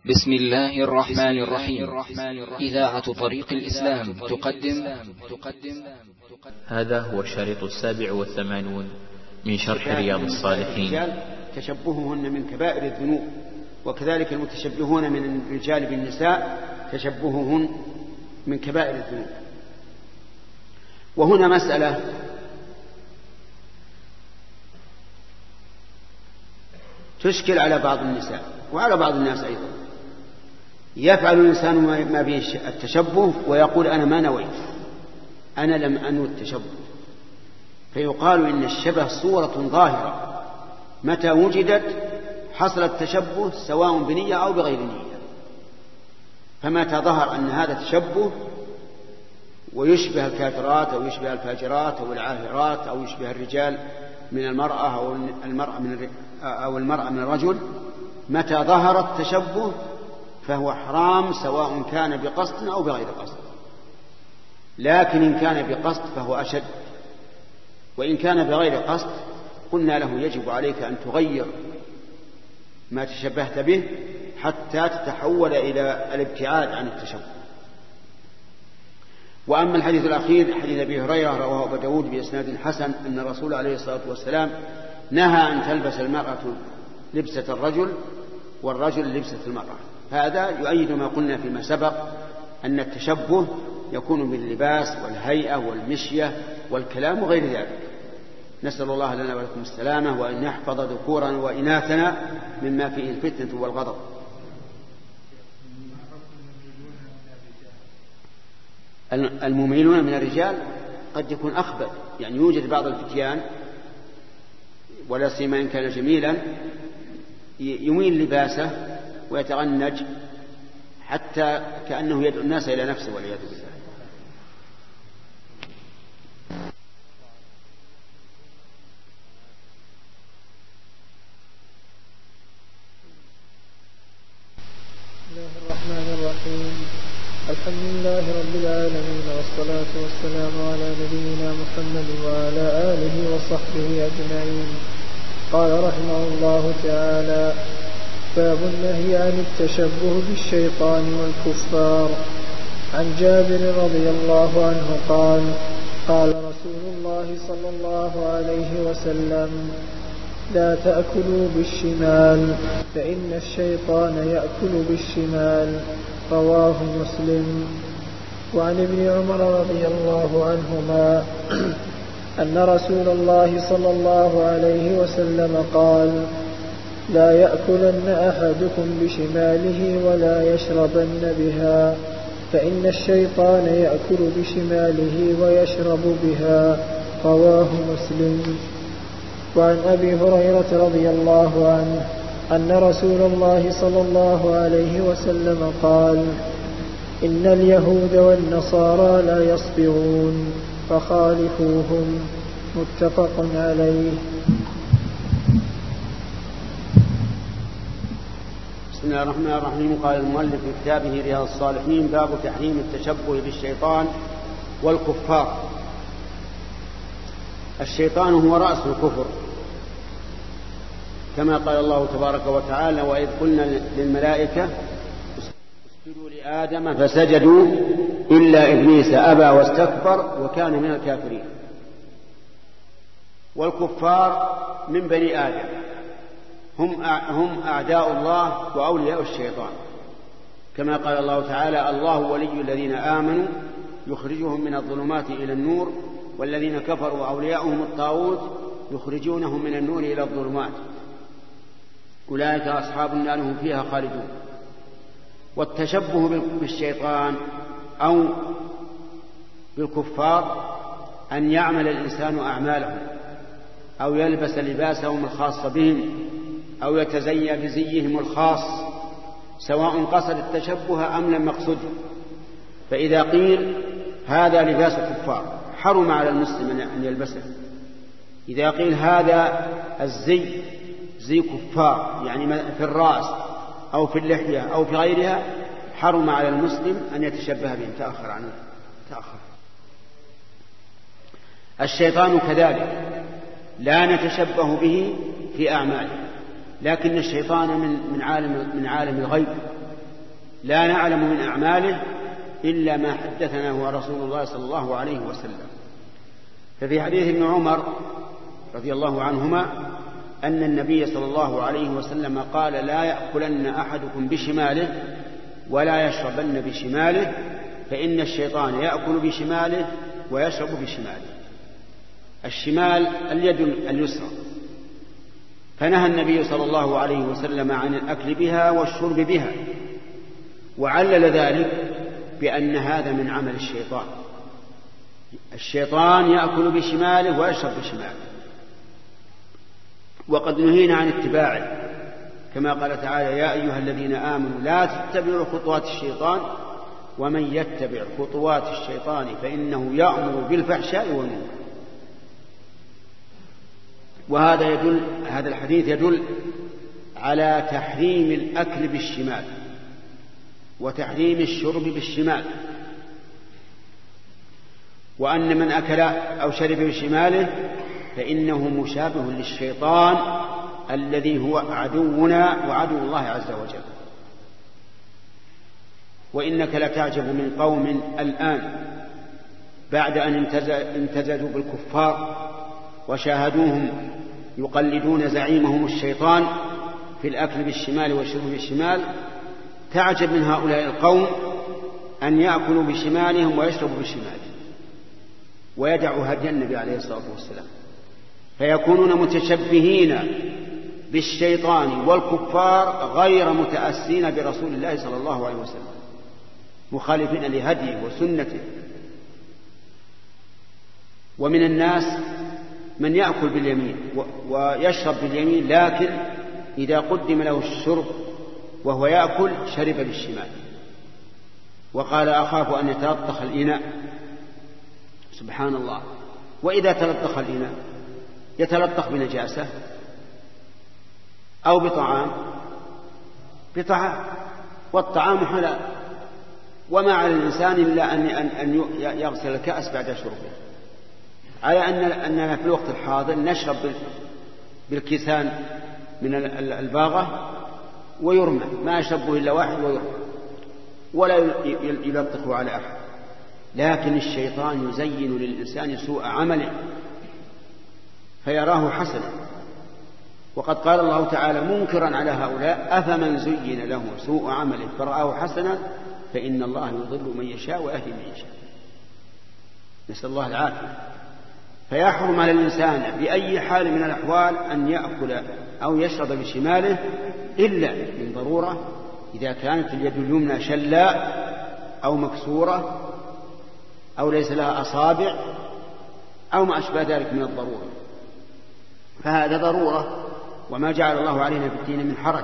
بسم الله الرحمن الرحيم. إذاعة طريق الإسلام تقدم هذا هو الشريط 87 من شرح رياض الصالحين. تشبههن من كبائر الذنوب، وكذلك المتشبهون من الرجال بالنساء تشبههن من كبائر الذنوب. وهنا مسألة تشكل على بعض النساء وعلى بعض الناس أيضا. يفعل الإنسان ما به التشبه ويقول أنا ما نويت، أنا لم أنو التشبه، فيقال إن الشبه صورة ظاهرة متى وجدت حصل التشبه سواء بنية أو بغير نية. فمتى ظهر أن هذا تشبه ويشبه الكافرات أو يشبه الفاجرات أو العاهرات أو يشبه الرجال من المرأة أو المرأة من الرجل، متى ظهر التشبه فهو حرام سواء كان بقصد أو بغير قصد. لكن إن كان بقصد فهو أشد، وإن كان بغير قصد قلنا له يجب عليك أن تغير ما تشبهت به حتى تتحول إلى الابتعاد عن التشبه. وأما الحديث الأخير حديث أبي هريرة رواه أبو داود بإسناد حسن أن الرسول عليه الصلاة والسلام نهى أن تلبس المرأة لبسة الرجل والرجل لبسة المرأة. هذا يؤيد ما قلنا فيما سبق أن التشبه يكون باللباس والهيئة والمشية والكلام وغير ذلك. نسأل الله لنا ولكم السلامة، وأن يحفظ ذكورا وإناثنا مما فيه الفتنة والغضب. المميلون من الرجال قد يكون أخبث، يعني يوجد بعض الفتيان ولا سيما إن كان جميلا يميل لباسه ويتغنج حتى كأنه يدعو الناس إلى نفسه والعياذ بالله. بسم الله الرحمن الرحيم. الحمد لله رب العالمين، والصلاة والسلام على نبينا محمد وعلى آله وصحبه أجمعين. قال رحمه الله تعالى: باب النهي عن التشبه بالشيطان والكفار. عن جابر رضي الله عنه قال: قال رسول الله صلى الله عليه وسلم: لا تأكلوا بالشمال فإن الشيطان يأكل بالشمال. رواه مسلم. وعن ابن عمر رضي الله عنهما أن رسول الله صلى الله عليه وسلم قال: لا يأكلن أحدكم بشماله ولا يشربن بها، فإن الشيطان يأكل بشماله ويشرب بها. رواه مسلم. وعن أبي هريرة رضي الله عنه أن رسول الله صلى الله عليه وسلم قال: إن اليهود والنصارى لا يصبرون فخالفوهم. متفق عليه. بسم الله الرحمن الرحيم. قال المؤلف في كتابه رياض الصالحين: باب تحريم التشبه بالشيطان والكفار. الشيطان هو رأس الكفر، كما قال الله تبارك وتعالى: وإذ قلنا للملائكة اسجدوا لآدم فسجدوا إلا إبليس أبى واستكبر وكان من الكافرين. والكفار من بني آدم هم أعداء الله وأولياء الشيطان، كما قال الله تعالى: الله ولي الذين آمنوا يخرجهم من الظلمات إلى النور والذين كفروا أولياؤهم الطاغوت يخرجونهم من النور إلى الظلمات أولئك أصحاب النار هم فيها خالدون. والتشبه بالشيطان أو بالكفار أن يعمل الإنسان أعمالهم أو يلبس لباسهم الخاص بهم أو يتزيى بزيهم الخاص، سواء قصد التشبه أم لم يقصده. فإذا قيل هذا لباس كفار حرم على المسلم أن يلبسه. إذا قيل هذا الزي زي كفار، يعني في الرأس أو في اللحية أو في غيرها، حرم على المسلم أن يتشبه به. تأخر عنه تأخر. الشيطان كذلك لا نتشبه به في أعماله، لكن الشيطان من عالم الغيب لا نعلم من أعماله إلا ما حدثنا هو رسول الله صلى الله عليه وسلم. ففي حديث ابن عمر رضي الله عنهما أن النبي صلى الله عليه وسلم قال: لا يأكلن أحدكم بشماله ولا يشربن بشماله، فإن الشيطان يأكل بشماله ويشرب بشماله. الشمال اليد اليسرى، فنهى النبي صلى الله عليه وسلم عن الأكل بها والشرب بها، وعلل ذلك بأن هذا من عمل الشيطان. الشيطان يأكل بشماله ويشرب بشماله، وقد نهينا عن اتباعه، كما قال تعالى: يا أيها الذين آمنوا لا تتبعوا خطوات الشيطان ومن يتبع خطوات الشيطان فإنه يأمر بالفحشاء والمنكر. هذا الحديث يدل على تحريم الأكل بالشمال وتحريم الشرب بالشمال، وأن من أكل أو شرب بشماله فإنه مشابه للشيطان الذي هو عدونا وعدو الله عز وجل. وإنك لتعجب من قوم الآن بعد أن امتزجوا بالكفار وشاهدوهم يقلدون زعيمهم الشيطان في الأكل بالشمال والشرب بالشمال، تعجب من هؤلاء القوم أن يأكلوا بشمالهم ويشربوا بشمالهم ويدعوا هدي النبي عليه الصلاة والسلام، فيكونون متشبهين بالشيطان والكفار غير متأسين برسول الله صلى الله عليه وسلم، مخالفين لهديه وسنته. ومن الناس من يأكل باليمين ويشرب باليمين، لكن إذا قدم له الشرب وهو يأكل شرب بالشمال، وقال: أخاف أن يتلطخ الإناء. سبحان الله! وإذا تلطخ الإناء يتلطخ بنجاسة أو بطعام، والطعام حلال، وما على الإنسان إلا أن يغسل الكأس بعد شربه، على أننا في الوقت الحاضر نشرب بالكيسان من الباغة ويرمى، ما يشربه إلا واحد ويرمى ولا يلطخه على أحد. لكن الشيطان يزين للإنسان سوء عمله فيراه حسنا، وقد قال الله تعالى منكرا على هؤلاء: أفمن زين له سوء عمله فرآه حسنا فإن الله يضل من يشاء ويهدي من يشاء. نسأل الله العافية. فيحرم على الإنسان بأي حال من الأحوال أن يأكل أو يشرب بشماله إلا من ضرورة، إذا كانت اليد اليمنى شلاء أو مكسورة أو ليس لها أصابع أو ما أشبه ذلك من الضرورة، فهذا ضرورة، وما جعل الله علينا في الدين من حرج.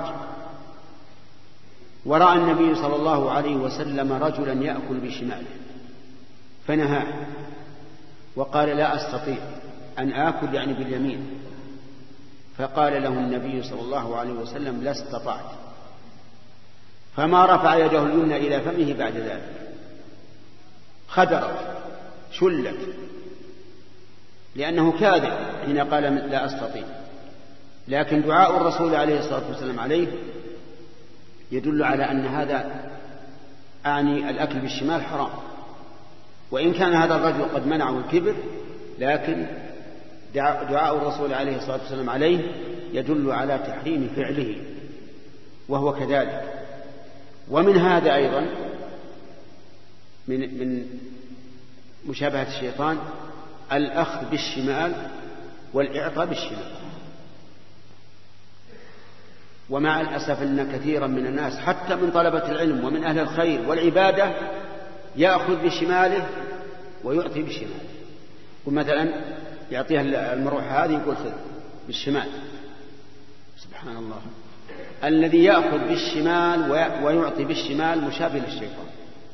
ورأى النبي صلى الله عليه وسلم رجلا يأكل بشماله فنهاه وقال: لا أستطيع أن آكل يعني باليمين. فقال له النبي صلى الله عليه وسلم: لا استطعت. فما رفع يده اليمنى إلى فمه بعد ذلك، خدرت شلت، لأنه كاذب حين قال لا أستطيع. لكن دعاء الرسول عليه الصلاة والسلام عليه يدل على أن هذا الأكل بالشمال حرام، وإن كان هذا الرجل قد منعه الكبر، لكن دعاء الرسول عليه الصلاة والسلام عليه يدل على تحريم فعله، وهو كذلك. ومن هذا أيضا من مشابهة الشيطان الأخذ بالشمال والإعطاء بالشمال. ومع الأسف أن كثيرا من الناس حتى من طلبة العلم ومن أهل الخير والعبادة يأخذ بشماله ويعطي بشماله. ومثلا يعطيها المروحة هذه يقول خذ بالشمال. سبحان الله! الذي يأخذ بالشمال ويعطي بالشمال مشابه للشيطان،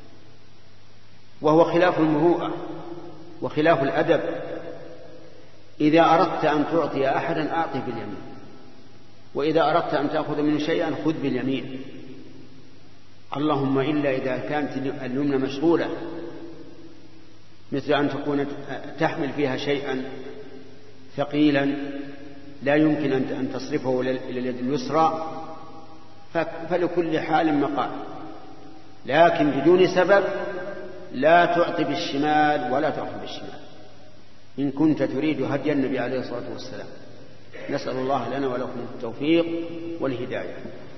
وهو خلاف المروءة وخلاف الأدب. إذا أردت أن تعطي أحدا أعطي باليمين، وإذا أردت أن تأخذ منه شيئا خذ باليمين، اللهم إلا إذا كانت اليمنى مشغولة، مثل أن تكون تحمل فيها شيئا ثقيلا لا يمكن أن تصرفه إلى اليد اليسرى، فلكل حال مقال. لكن بدون سبب لا تعطي بالشمال ولا تأخذ بالشمال إن كنت تريد هدي النبي عليه الصلاة والسلام. نسأل الله لنا ولكم التوفيق والهداية.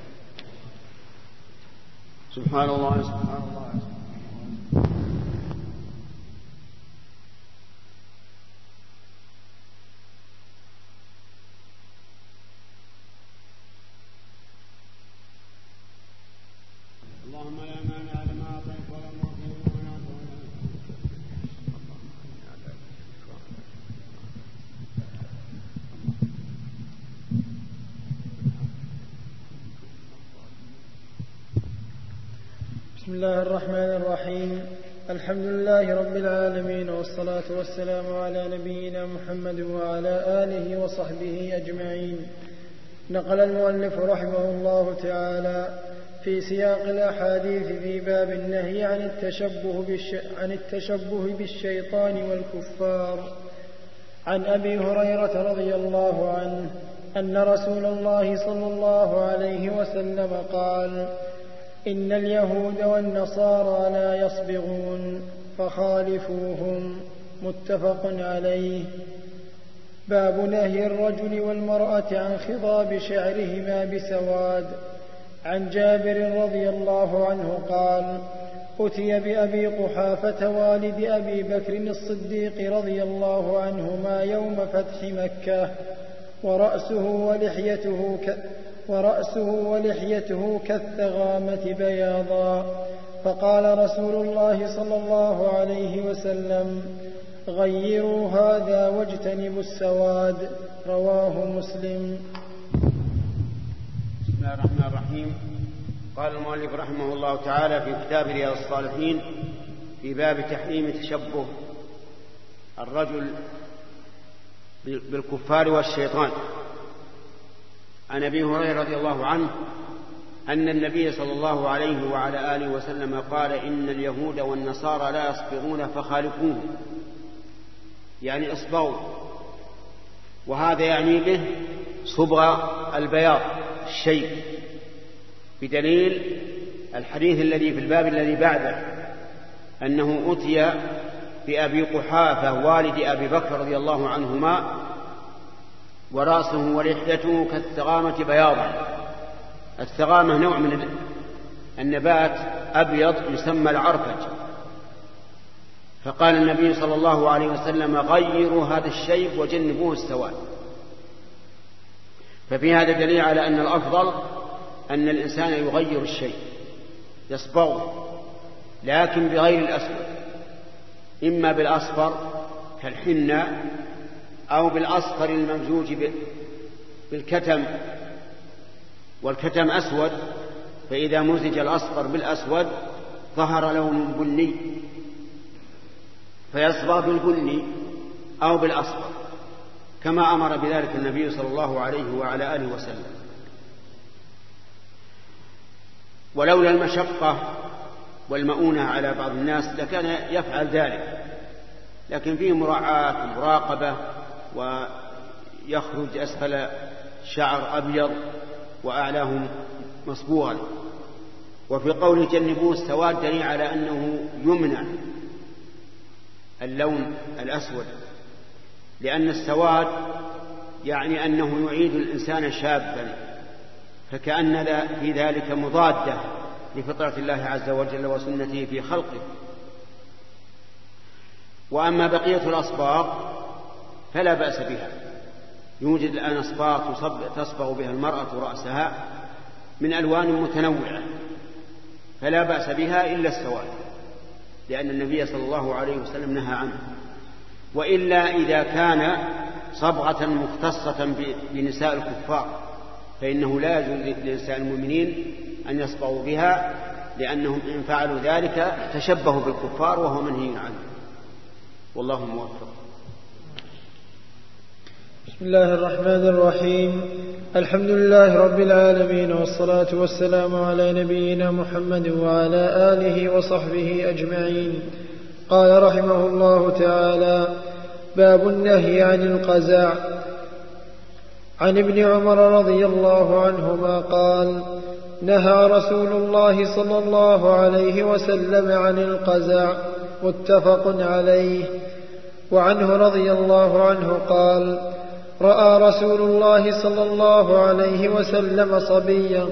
سبحان الله سبحان الله. اللهم لا مانع لما أعطيت ولا معطي لما منعت. بسم الله الرحمن الرحيم. الحمد لله رب العالمين، والصلاة والسلام على نبينا محمد وعلى آله وصحبه أجمعين. نقل المؤلف رحمه الله تعالى في سياق الأحاديث في باب النهي عن التشبه بالشيطان والكفار عن أبي هريرة رضي الله عنه أن رسول الله صلى الله عليه وسلم قال: إن اليهود والنصارى لا يصبغون فخالفوهم. متفق عليه. باب نهي الرجل والمرأة عن خضاب شعرهما بسواد. عن جابر رضي الله عنه قال: أتي بأبي قحافة والد أبي بكر الصديق رضي الله عنهما يوم فتح مكة ورأسه ولحيته كالثغامة بياضا، فقال رسول الله صلى الله عليه وسلم: غيروا هذا واجتنبوا السواد. رواه مسلم. بسم الله الرحمن الرحيم. قال المؤلف رحمه الله تعالى في كتاب رياض الصالحين في باب تحريم تشبه الرجل بالكفار والشيطان. عن أبي هريرة رضي الله عنه أن النبي صلى الله عليه وعلى آله وسلم قال: إن اليهود والنصارى لا يصبغون فخالفوهم، يعني اصبغوا، وهذا يعني به صبغ البياض الشيب، بدليل الحديث الذي في الباب الذي بعده أنه أتي بأبي قحافة والد أبي بكر رضي الله عنهما ورأسه ولحيته كالثغامة بياضا. الثغامة نوع من النبات أبيض يسمى العرفج. فقال النبي صلى الله عليه وسلم: غيروا هذا الشيب وجنبوه السواد. ففي هذا دليل على أن الأفضل أن الإنسان يغير الشيء، يصبغه، لكن بغير الأسود، إما بالأصفر كالحنة أو بالأصفر الممزوج بالكتم، والكتم أسود، فإذا مزج الأصفر بالأسود ظهر لون بني، فيصبغ بالبني أو بالأصفر، كما أمر بذلك النبي صلى الله عليه وعلى آله وسلم. ولولا المشقة والمؤونة على بعض الناس لكان يفعل ذلك، لكن فيه مراعاة ومراقبة، ويخرج أسفل شعر أبيض وأعلاه مصبوغا. وفي قوله جنبوه السواد دليل على أنه يمنع اللون الأسود، لأن السواد يعني أنه يعيد الإنسان شابا، فكأن في ذلك مضادة لفطرة الله عز وجل وسنته في خلقه. وأما بقية الأصباغ فلا بأس بها، يوجد الآن أصباغ تصبغ بها المرأة رأسها من ألوان متنوعة، فلا بأس بها إلا السواد، لأن النبي صلى الله عليه وسلم نهى عنه. وإلا إذا كان صبغة مختصة بنساء الكفار فإنه لا يجوز لنساء المؤمنين أن يصبغوا بها، لأنهم إن فعلوا ذلك تشبهوا بالكفار وهو منهي عنه. والله موفق. بسم الله الرحمن الرحيم. الحمد لله رب العالمين، والصلاة والسلام على نبينا محمد وعلى آله وصحبه أجمعين. قال رحمه الله تعالى: باب النهي عن القزع. عن ابن عمر رضي الله عنهما قال: نهى رسول الله صلى الله عليه وسلم عن القزع، متفق عليه. وعنه رضي الله عنه قال: رأى رسول الله صلى الله عليه وسلم صبيا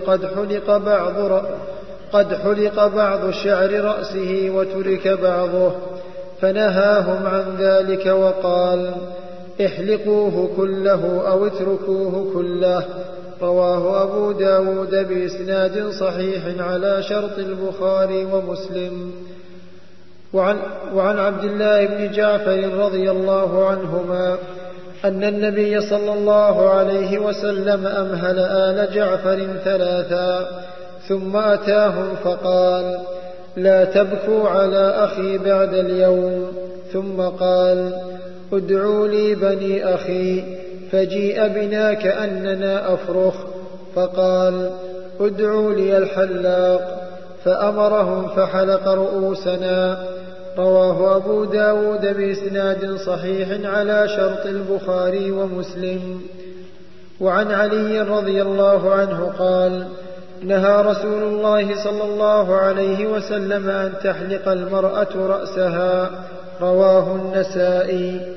قد حلق بعض شعر رأسه وترك بعضه، فنهاهم عن ذلك وقال: احلقوه كله أو اتركوه كله. رواه أبو داود بإسناد صحيح على شرط البخاري ومسلم. وعن عبد الله بن جعفر رضي الله عنهما أن النبي صلى الله عليه وسلم أمهل آل جعفر 3 ثم أتاهم فقال: لا تبكوا على أخي بعد اليوم. ثم قال: ادعوا لي بني أخي، فجيء بنا كأننا أفرخ، فقال: ادعوا لي الحلاق، فأمرهم فحلق رؤوسنا. رواه أبو داود بإسناد صحيح على شرط البخاري ومسلم. وعن علي رضي الله عنه قال: نهى رسول الله صلى الله عليه وسلم أن تحلق المرأة رأسها. رواه النسائي.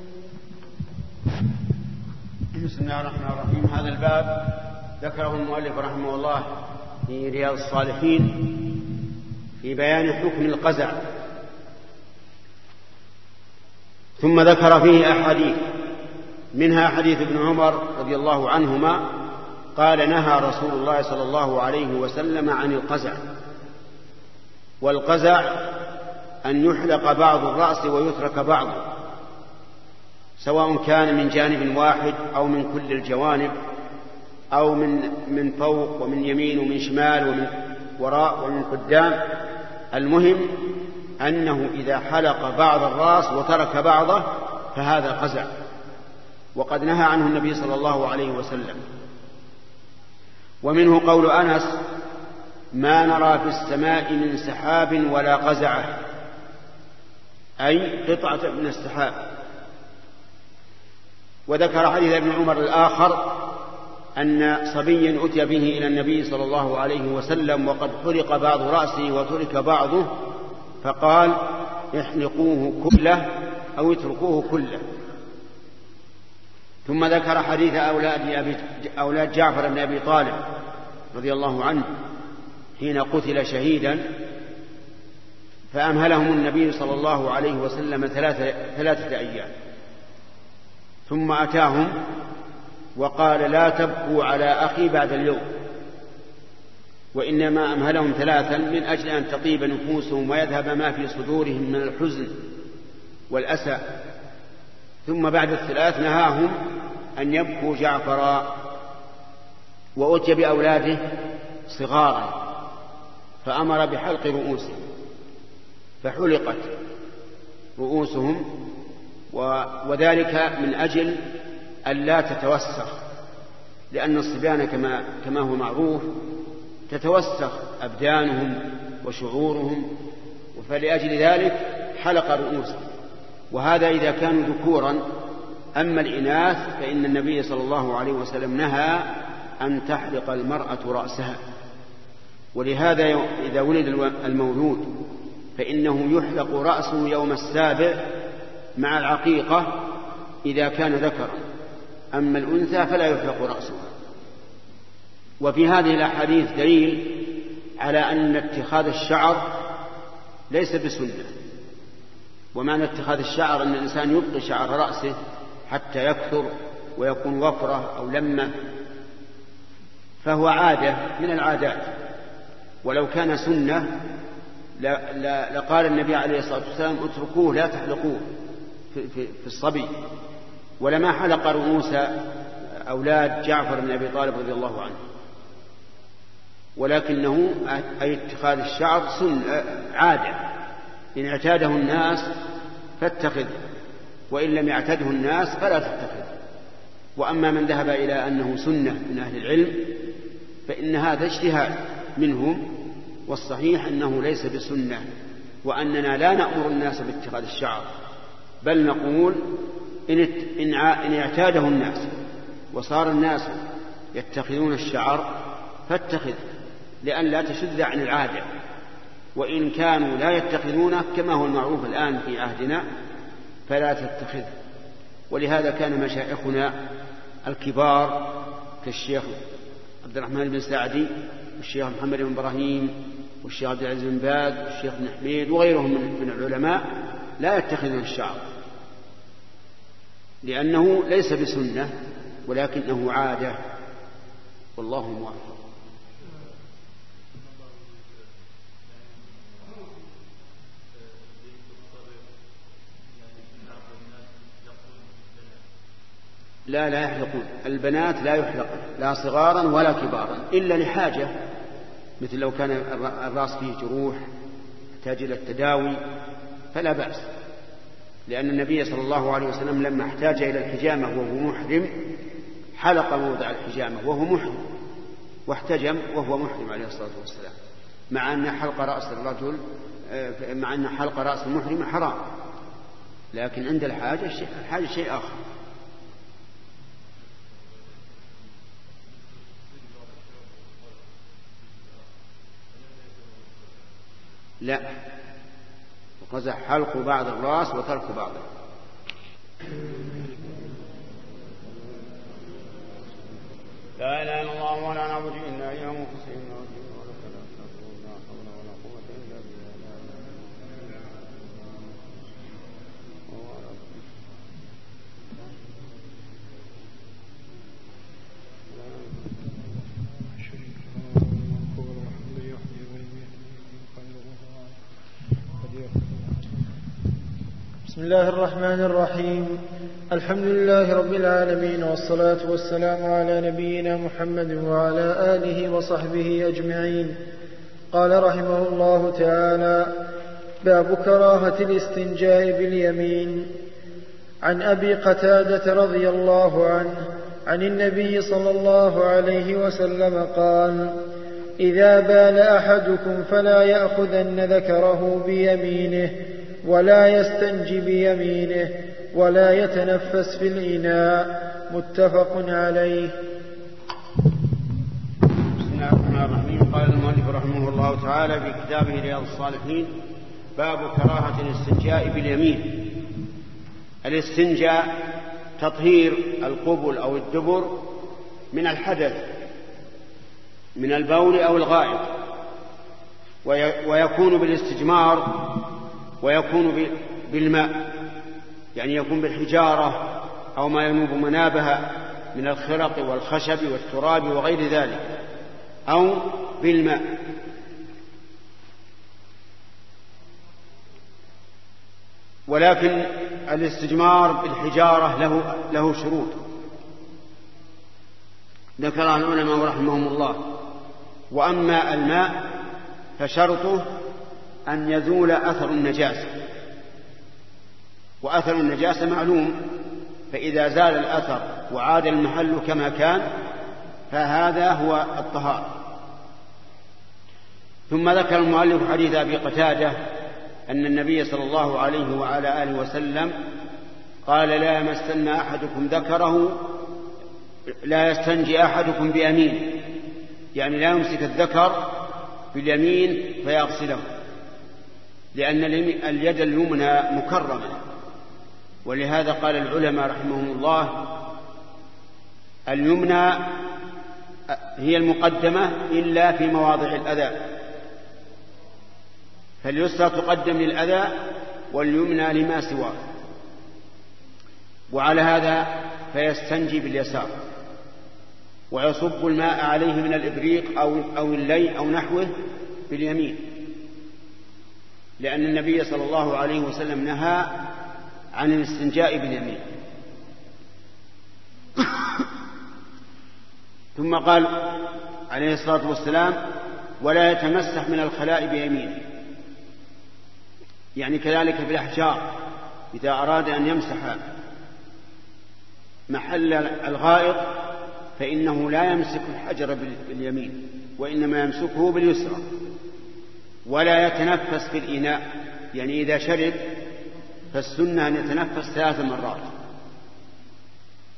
بسم الله الرحمن الرحيم. هذا الباب ذكره المؤلف رحمه الله في رياض الصالحين في بيان حكم القزع، ثم ذكر فيه أحاديث، منها حديث ابن عمر رضي الله عنهما قال: نهى رسول الله صلى الله عليه وسلم عن القزع. والقزع أن يحلق بعض الرأس ويترك بعضه، سواء كان من جانب واحد أو من كل الجوانب، أو من فوق ومن يمين ومن شمال ومن وراء ومن قدام. المهم أنه إذا حلق بعض الرأس وترك بعضه فهذا قزع، وقد نهى عنه النبي صلى الله عليه وسلم. ومنه قول أنس: ما نرى في السماء من سحاب ولا قزعه، أي قطعة من السحاب. وذكر حديث ابن عمر الآخر أن صبيا أتي به إلى النبي صلى الله عليه وسلم وقد حلق بعض رأسه وترك بعضه، فقال: احلقوه كله أو اتركوه كله. ثم ذكر حديث أولاد جعفر بن أبي طالب رضي الله عنه حين قتل شهيدا، فأمهلهم النبي صلى الله عليه وسلم 3 أيام، ثم أتاهم وقال: لا تبكوا على أخي بعد اليوم. وإنما أمهلهم 3 من أجل أن تطيب نفوسهم ويذهب ما في صدورهم من الحزن والأسى. ثم بعد 3 نهاهم أن يبكوا جعفرا. وأتي بأولاده صغارا فأمر بحلق رؤوسهم، فحلقت رؤوسهم، وذلك من أجل أن لا تتوسخ، لأن الصبيان كما هو معروف تتوسخ أبدانهم وشعورهم، فلأجل ذلك حلق رؤوسهم. وهذا إذا كانوا ذكورا. أما الإناث فإن النبي صلى الله عليه وسلم نهى أن تحلق المرأة رأسها. ولهذا إذا ولد المولود فإنه يحلق رأسه يوم 7 مع العقيقة إذا كان ذكرا، أما الأنثى فلا يحلق رأسها. وفي هذه الأحاديث دليل على أن اتخاذ الشعر ليس بسنة. ومعنى اتخاذ الشعر أن الإنسان يبقي شعر رأسه حتى يكثر ويكون وفرة أو لمة، فهو عادة من العادات. ولو كان سنة لقال النبي عليه الصلاة والسلام: اتركوه لا تحلقوه في الصبي. ولما حلق رؤوس أولاد جعفر بن أبي طالب رضي الله عنه، ولكنه أي اتخاذ الشعر عادة، إن اعتاده الناس فاتخذ، وإن لم يعتده الناس فلا تتخذ. وأما من ذهب إلى أنه سنة من أهل العلم فإن هذا اجتهاد منهم، والصحيح أنه ليس بسنة، وأننا لا نأمر الناس باتخاذ الشعر، بل نقول إن اعتاده الناس وصار الناس يتخذون الشعر فاتخذ، لأن لا تشذ عن العادة، وإن كانوا لا يتخذونه كما هو المعروف الآن في عهدنا فلا تتخذه. ولهذا كان مشايخنا الكبار كالشيخ عبد الرحمن بن سعدي والشيخ محمد بن إبراهيم والشيخ عبد العزيز بن باز والشيخ بن حميد وغيرهم من العلماء لا يتخذون الشعر، لأنه ليس بسنة ولكنه عادة، والله موفق. لا يحلقون، البنات لا يحلقون لا صغارا ولا كبارا إلا لحاجة، مثل لو كان الرأس فيه جروح يحتاج إلى التداوي فلا بأس، لأن النبي صلى الله عليه وسلم لما احتاج إلى الحجامة وهو محرم حلق موضع الحجامة وهو محرم، واحتجم وهو محرم عليه الصلاة والسلام، مع أن حلق رأس المحرم حرام، لكن عند الحاجة شيء آخر. لا، وقزح حلق بعض الرأس وترك بعضه. لا إله إلا الله ولا نعبد إلا إياه مخلصين له الدين ولك لا حول ولا قوة إلا بالله. بسم الله الرحمن الرحيم. الحمد لله رب العالمين، والصلاة والسلام على نبينا محمد وعلى آله وصحبه أجمعين. قال رحمه الله تعالى: باب كراهة الاستنجاء باليمين. عن أبي قتادة رضي الله عنه عن النبي صلى الله عليه وسلم قال: إذا بال أحدكم فلا يأخذن ذكره بيمينه ولا يستنجي بيمينه ولا يتنفس في الإناء. متفق عليه. بسم الله الرحمن الرحيم. قال المؤلف رحمه الله تعالى في كتابه رياض الصالحين: باب كراهة الاستنجاء باليمين. الاستنجاء تطهير القبل أو الدبر من الحدث من البول أو الغائط، ويكون بالاستجمار ويكون بالماء، يعني يكون بالحجارة أو ما ينوب منابها من الخرق والخشب والتراب وغير ذلك، أو بالماء. ولكن الاستجمار بالحجارة له شروط ذكرها العلماء رحمهم الله. وأما الماء فشرطه أن يزول أثر النجاسة، وأثر النجاسة معلوم، فإذا زال الأثر وعاد المحل كما كان فهذا هو الطهارة. ثم ذكر المؤلف حديث أبي قتادة أن النبي صلى الله عليه وعلى آله وسلم قال: لا يمسن أحدكم ذكره، لا يستنجي أحدكم بيمين، يعني لا يمسك الذكر باليمين فيغسله، لأن اليد اليمنى مكرمة. ولهذا قال العلماء رحمهم الله: اليمنى هي المقدمة إلا في مواضع الأذى، فاليسرى تقدم للأذى واليمنى لما سواه. وعلى هذا فيستنجي باليسار ويصب الماء عليه من الإبريق أو اللي أو نحوه باليمين، لأن النبي صلى الله عليه وسلم نهى عن الاستنجاء باليمين. ثم قال عليه الصلاة والسلام: ولا يتمسح من الخلاء بيمينه، يعني كذلك بالأحجار إذا أراد أن يمسح محل الغائط فإنه لا يمسك الحجر باليمين وإنما يمسكه باليسرى. ولا يتنفس في الإناء، يعني إذا شرب فالسنة أن يتنفس 3 مرات،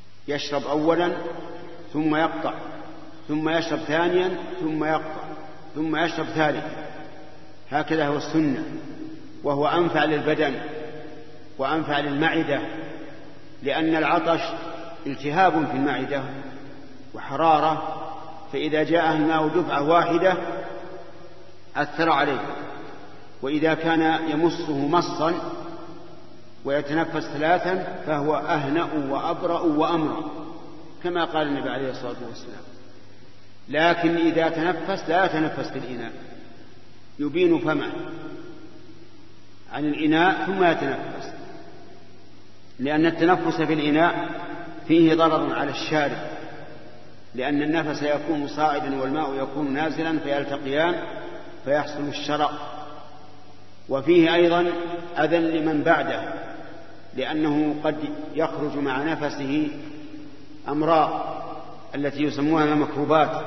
يشرب أولا ثم يقطع، ثم يشرب ثانيا ثم يقطع، ثم يشرب ثالثا. هكذا هو السنة، وهو أنفع للبدن وأنفع للمعدة، لأن العطش التهاب في المعدة وحرارة، فإذا جاء الماء دفعة واحدة أثر عليه، وإذا كان يمصه مصا ويتنفس ثلاثا فهو أهنأ وأبرأ وأمرأ، كما قال النبي عليه الصلاة والسلام. لكن إذا تنفس لا يتنفس في الإناء، يبين فمه عن الإناء ثم يتنفس، لأن التنفس في الإناء فيه ضرر على الشارب، لأن النفس يكون صاعدا والماء يكون نازلا فيلتقيان فيحصل الشرق، وفيه أيضا أذى لمن بعده، لأنه قد يخرج مع نفسه أمراض التي يسمونها الميكروبات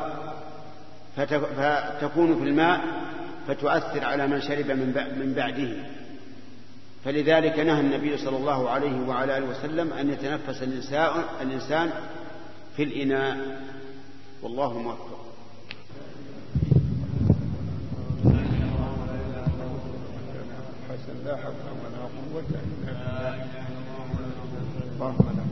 فتكون في الماء فتؤثر على من شرب من بعده. فلذلك نهى النبي صلى الله عليه وعلى آله وسلم أن يتنفس الإنسان في الإناء، والله موفق. لا حول ولا قوة إلا بالله.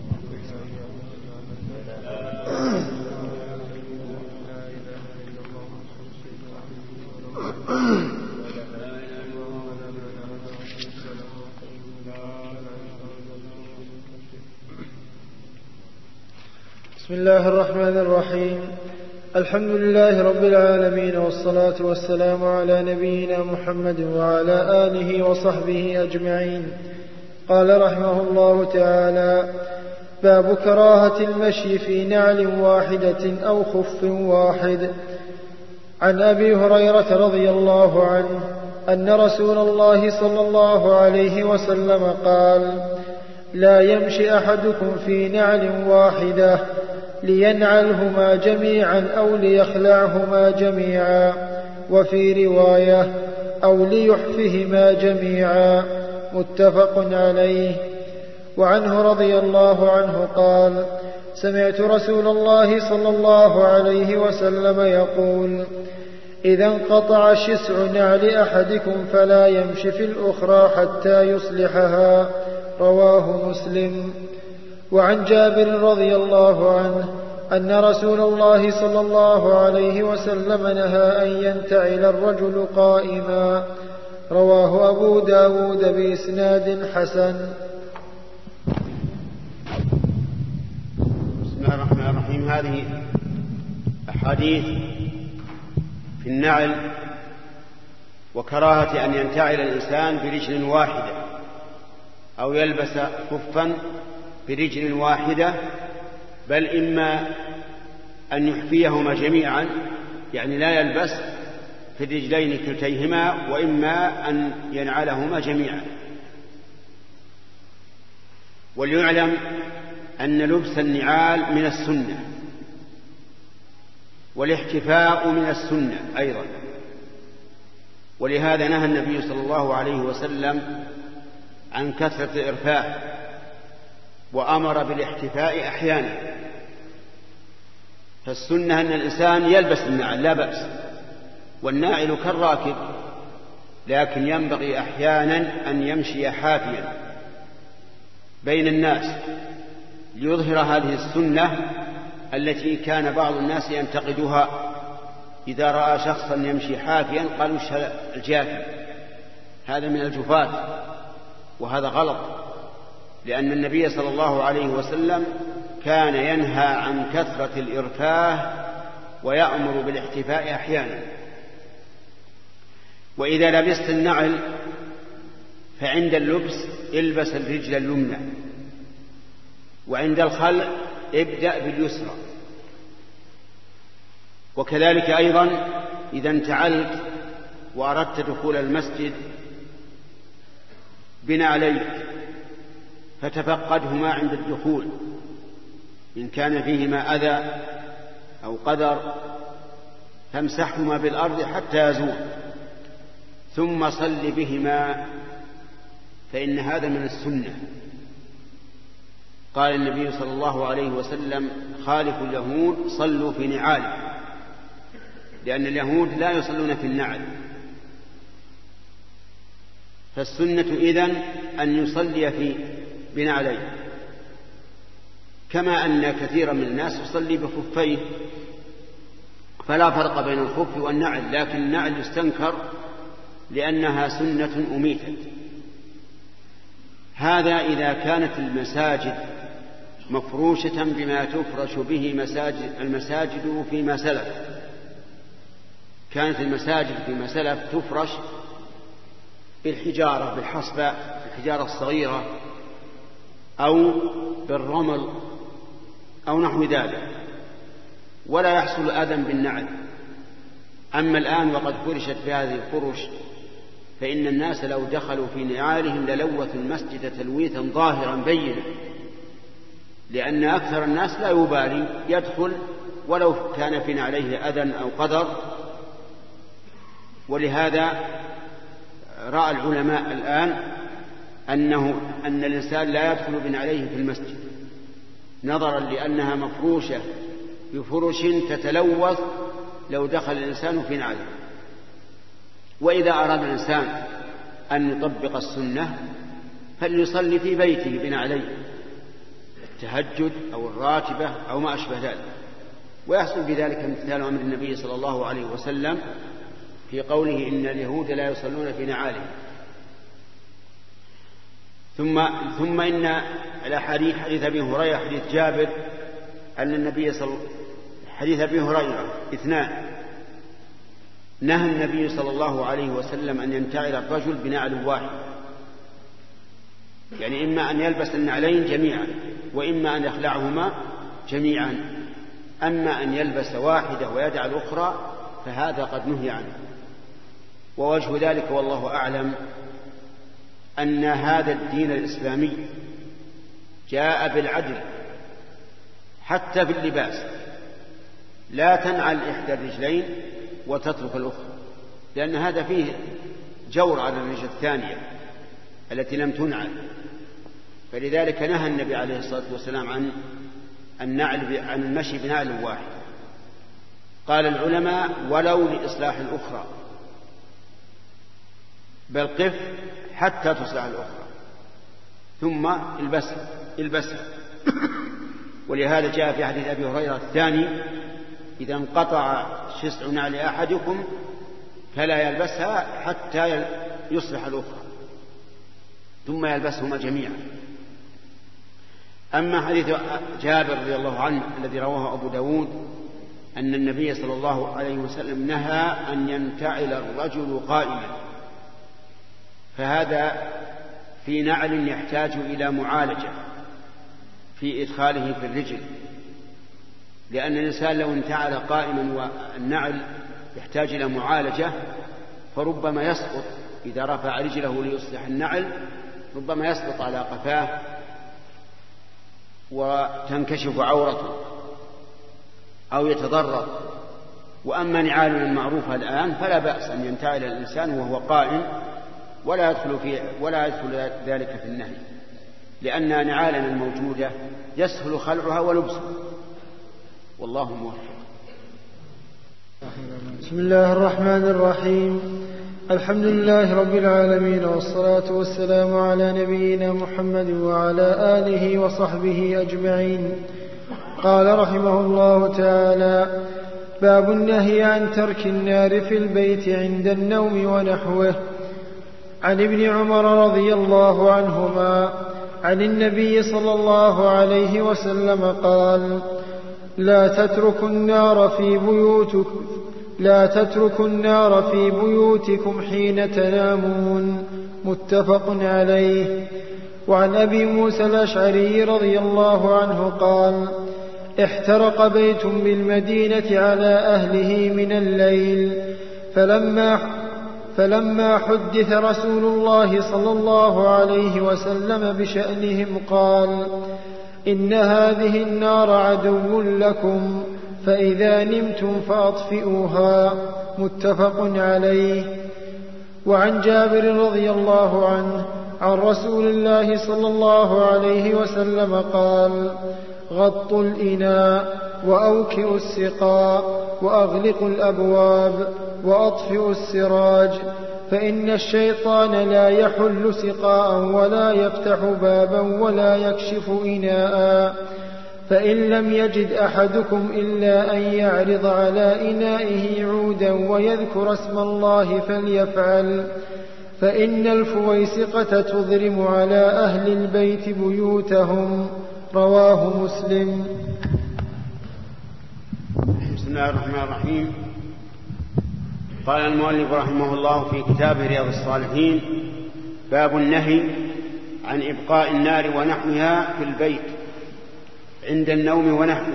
بسم الله الرحمن الرحيم. الحمد لله رب العالمين، والصلاة والسلام على نبينا محمد وعلى آله وصحبه أجمعين. قال رحمه الله تعالى: باب كراهة المشي في نعل واحدة أو خف واحد. عن أبي هريرة رضي الله عنه أن رسول الله صلى الله عليه وسلم قال: لا يمشي أحدكم في نعل واحدة لينعلهما جميعا أو ليخلعهما جميعا، وفي رواية: أو ليحفهما جميعا، متفق عليه. وعنه رضي الله عنه قال: سمعت رسول الله صلى الله عليه وسلم يقول: إذا انقطع شسع نعل أحدكم فلا يمشي في الأخرى حتى يصلحها، رواه مسلم. وعن جابر رضي الله عنه أن رسول الله صلى الله عليه وسلم نهى أن ينتعل الرجل قائما، رواه أبو داود بإسناد حسن. بسم الله الرحمن الرحيم. هذه أحاديث في النعل وكراهة أن ينتعل الإنسان برجل واحدة أو يلبس خفا برجل واحدة، بل إما أن يحفيهما جميعا، يعني لا يلبس في الرجلين كلتيهما، وإما أن ينعلهما جميعا. وليعلم أن لبس النعال من السنة، والاحتفاء من السنة أيضا، ولهذا نهى النبي صلى الله عليه وسلم عن كثرة الإرفاه، وأمر بالاحتفاء أحيانا. فالسنة أن الإنسان يلبس النعل لا بأس، والناعل كالراكب، لكن ينبغي أحيانا أن يمشي حافيا بين الناس ليظهر هذه السنة التي كان بعض الناس ينتقدها. إذا رأى شخصا يمشي حافيا قالوا: وش الجافي؟ هذا من الجفاة، وهذا غلط، لأن النبي صلى الله عليه وسلم كان ينهى عن كثرة الإرفاه ويأمر بالاحتفاء أحيانا. وإذا لبست النعل فعند اللبس البس الرجل اليمنى، وعند الخلع ابدأ باليسرى. وكذلك أيضا إذا انتعلت وأردت دخول المسجد بنعليك فتفقدهما عند الدخول، إن كان فيهما أذى أو قدر فامسحهما بالأرض حتى يزول، ثم صل بهما، فإن هذا من السنة. قال النبي صلى الله عليه وسلم: خالف اليهود صلوا في نعال. لأن اليهود لا يصلون في النعل. فالسنة إذن أن يصلي بنعلين، كما أن كثيرا من الناس يصلي بخفيه، فلا فرق بين الخف والنعل، لكن النعل يستنكر لأنها سنة أميتت. هذا إذا كانت المساجد مفروشة بما تفرش به المساجد فيما سلف. كانت المساجد فيما سلف تفرش بالحجارة، بالحصبة، الحجارة الصغيرة، أو بالرمل أو نحو ذلك، ولا يحصل أذى بالنعل. أما الآن وقد فرشت بهذه الفرش، فإن الناس لو دخلوا في نعالهم للوثوا المسجد تلويثا ظاهرا بينا، لأن أكثر الناس لا يبالي، يدخل ولو كان في نعليه أذى أو قدر. ولهذا رأى العلماء الآن أن الإنسان لا يدخل بنعليه في المسجد، نظرا لأنها مفروشة بفرش تتلوث لو دخل الإنسان في نعله. وإذا أراد الإنسان أن يطبق السنة فليصلي في بيته بنعليه، التهجد أو الراتبة أو ما أشبه ذلك. ويحصل بذلك امتثال أمر النبي صلى الله عليه وسلم في قوله إن اليهود لا يصلون في نعالهم. ثم إن الأحاديث، حديث أبي هريرة، حديث جابر، أن النبي حديث أبي هريرة اثنان: نهى النبي صلى الله عليه وسلم أن ينتعل الرجل بنعل واحد، يعني إما أن يلبس النعلين جميعا وإما أن يخلعهما جميعا. أما أن يلبس واحدة ويدع الأخرى فهذا قد نهي عنه. ووجه ذلك والله أعلم أن هذا الدين الإسلامي جاء بالعدل حتى في اللباس، لا تنعل إحدى الرجلين وتترك الأخرى، لأن هذا فيه جور على الرجل الثانية التي لم تنعل. فلذلك نهى النبي عليه الصلاة والسلام عن المشي بنعل واحد. قال العلماء: ولو لإصلاح الأخرى، بل قف حتى تصلح الأخرى ثم البسها. ولهذا جاء في حديث أبي هريرة الثاني: إذا انقطع شسع نعل أحدكم فلا يلبسها حتى يصلح الأخرى ثم يلبسهما جميعا. أما حديث جابر رضي الله عنه الذي رواه أبو داود أن النبي صلى الله عليه وسلم نهى أن ينتعل الرجل قائما، فهذا في نعل يحتاج إلى معالجة في إدخاله في الرجل، لأن الإنسان لو انتعل قائما والنعل يحتاج إلى معالجة فربما يسقط إذا رفع رجله ليصلح النعل، ربما يسقط على قفاه وتنكشف عورته أو يتضرر. وأما نعالنا المعروفة الآن فلا بأس أن ينتعل الإنسان وهو قائم ولا يدخل ذلك في النهي، لأن نعالنا الموجودة يسهل خلعها ولبسها، والله موفق. بسم الله الرحمن الرحيم. الحمد لله رب العالمين، والصلاة والسلام على نبينا محمد وعلى آله وصحبه أجمعين. قال رحمه الله تعالى: باب النهي عن ترك النار في البيت عند النوم ونحوه. عن ابن عمر رضي الله عنهما عن النبي صلى الله عليه وسلم قال: لا تتركوا النار في بيوتكم حين تنامون. متفق عليه. وعن أبي موسى الأشعري رضي الله عنه قال: احترق بيت بالمدينة على أهله من الليل، فلما حدث رسول الله صلى الله عليه وسلم بشأنهم قال: إن هذه النار عدو لكم، فإذا نمتم فأطفئوها. متفق عليه. وعن جابر رضي الله عنه عن رسول الله صلى الله عليه وسلم قال: غطوا الإناء وأوكئوا السقاء، وأغلقوا الأبواب وأطفئوا السراج، فإن الشيطان لا يحل سقاء ولا يفتح بابا ولا يكشف إناء. فإن لم يجد أحدكم إلا أن يعرض على إنائه عودا ويذكر اسم الله فليفعل، فإن الفويسقة تضرم على أهل البيت بيوتهم. رواه مسلم. بسم الله الرحمن الرحيم. قال المؤلف رحمه الله في كتابه رياض الصالحين: باب النهي عن إبقاء النار ونحوها في البيت عند النوم ونحوه.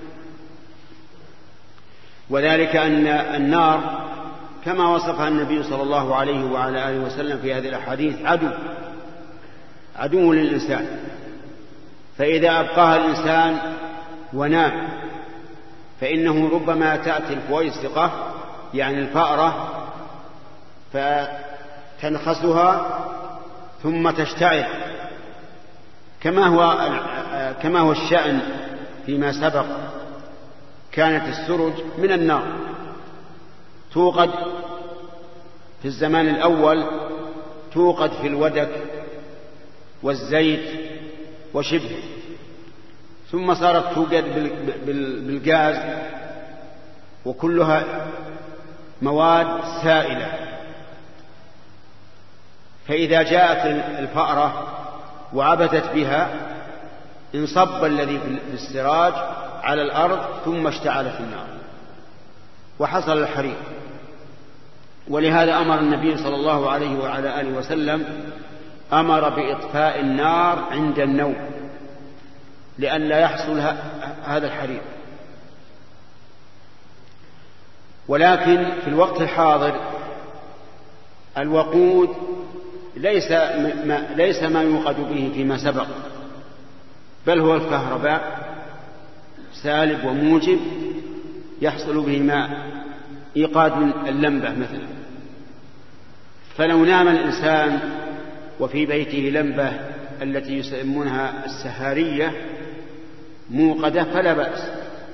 وذلك أن النار كما وصفها النبي صلى الله عليه وعلى آله وسلم في هذه الأحاديث عدو للإنسان، فإذا أبقاها الإنسان ونام فإنه ربما تأتي الفويسقة يعني الفأرة فتنخسها ثم تشتعل، كما هو الشأن فيما سبق. كانت السرج من النار توقد في الزمان الأول، توقد في الودك والزيت وشبهه، ثم صارت توقد بالغاز، وكلها مواد سائلة. فإذا جاءت الفأرة وعبثت بها انصب الذي في السراج على الأرض ثم اشتعلت النار وحصل الحريق. ولهذا أمر النبي صلى الله عليه وعلى آله وسلم أمر بإطفاء النار عند النوم لئلا يحصل هذا الحريق. ولكن في الوقت الحاضر الوقود ليس ما يوقد به فيما سبق، بل هو الكهرباء سالب وموجب يحصل به ماء إيقاد اللمبة مثلا. فلو نام الإنسان وفي بيته لمبة التي يسمونها السهارية موقدة فلا بأس،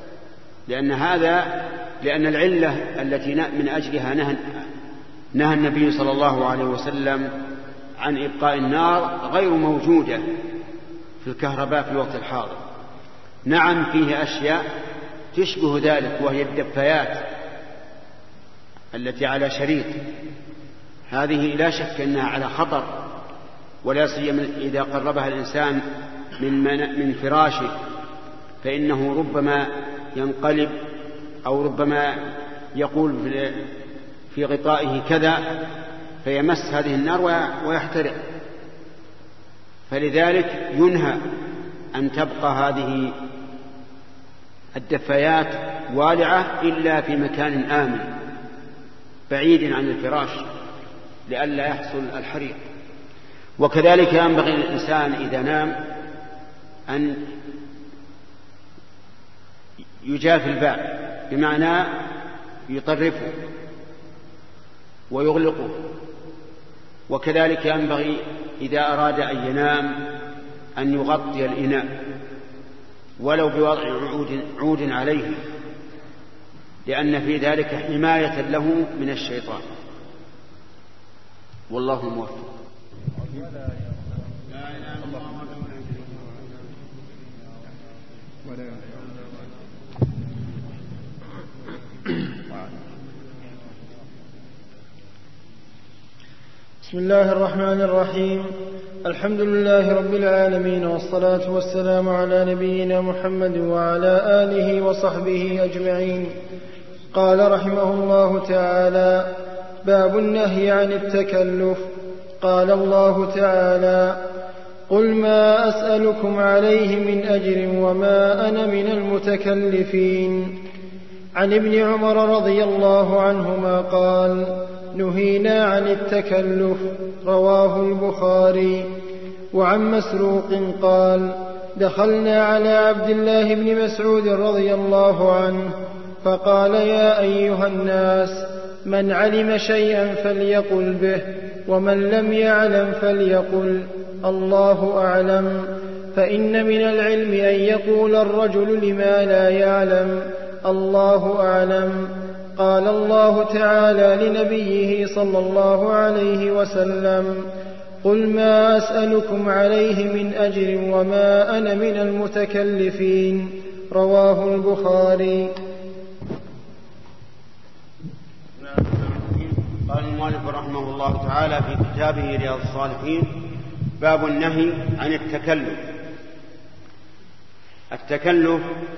لأن العلة التي من أجلها نهى النبي صلى الله عليه وسلم عن إبقاء النار غير موجودة في الكهرباء في الوقت الحاضر. نعم فيه أشياء تشبه ذلك، وهي الدفايات التي على شريط، هذه لا شك أنها على خطر، ولا سيما إذا قربها الإنسان من فراشه، فإنه ربما ينقلب أو ربما يقول في غطائه كذا فيمس هذه النار ويحترق. فلذلك ينهى أن تبقى هذه الدفايات والعة إلا في مكان آمن بعيد عن الفراش لئلا يحصل الحريق. وكذلك ينبغي للإنسان إذا نام أن يجاف الباب، بمعنى يطرفه ويغلقه. وكذلك ينبغي إذا أراد أن ينام أن يغطي الإناء ولو بوضع عود عليه، لأن في ذلك حماية له من الشيطان. والله موفق. بسم الله الرحمن الرحيم. الحمد لله رب العالمين، والصلاة والسلام على نبينا محمد وعلى آله وصحبه أجمعين. قال رحمه الله تعالى: باب النهي عن التكلف. قال الله تعالى: قل ما أسألكم عليه من أجر وما أنا من المتكلفين. عن ابن عمر رضي الله عنهما قال: نهينا عن التكلف. رواه البخاري. وعن مسروق قال: دخلنا على عبد الله بن مسعود رضي الله عنه فقال: يا أيها الناس، من علم شيئا فليقل به، ومن لم يعلم فليقل الله أعلم، فإن من العلم أن يقول الرجل لما لا يعلم، الله أعلم. قال الله تعالى لنبيه صلى الله عليه وسلم: قل ما أسألكم عليه من أجر وما أنا من المتكلفين. رواه البخاري. قال المؤلف رحمه الله تعالى في كتابه رياض الصالحين: باب النهي عن التكلف. التكلف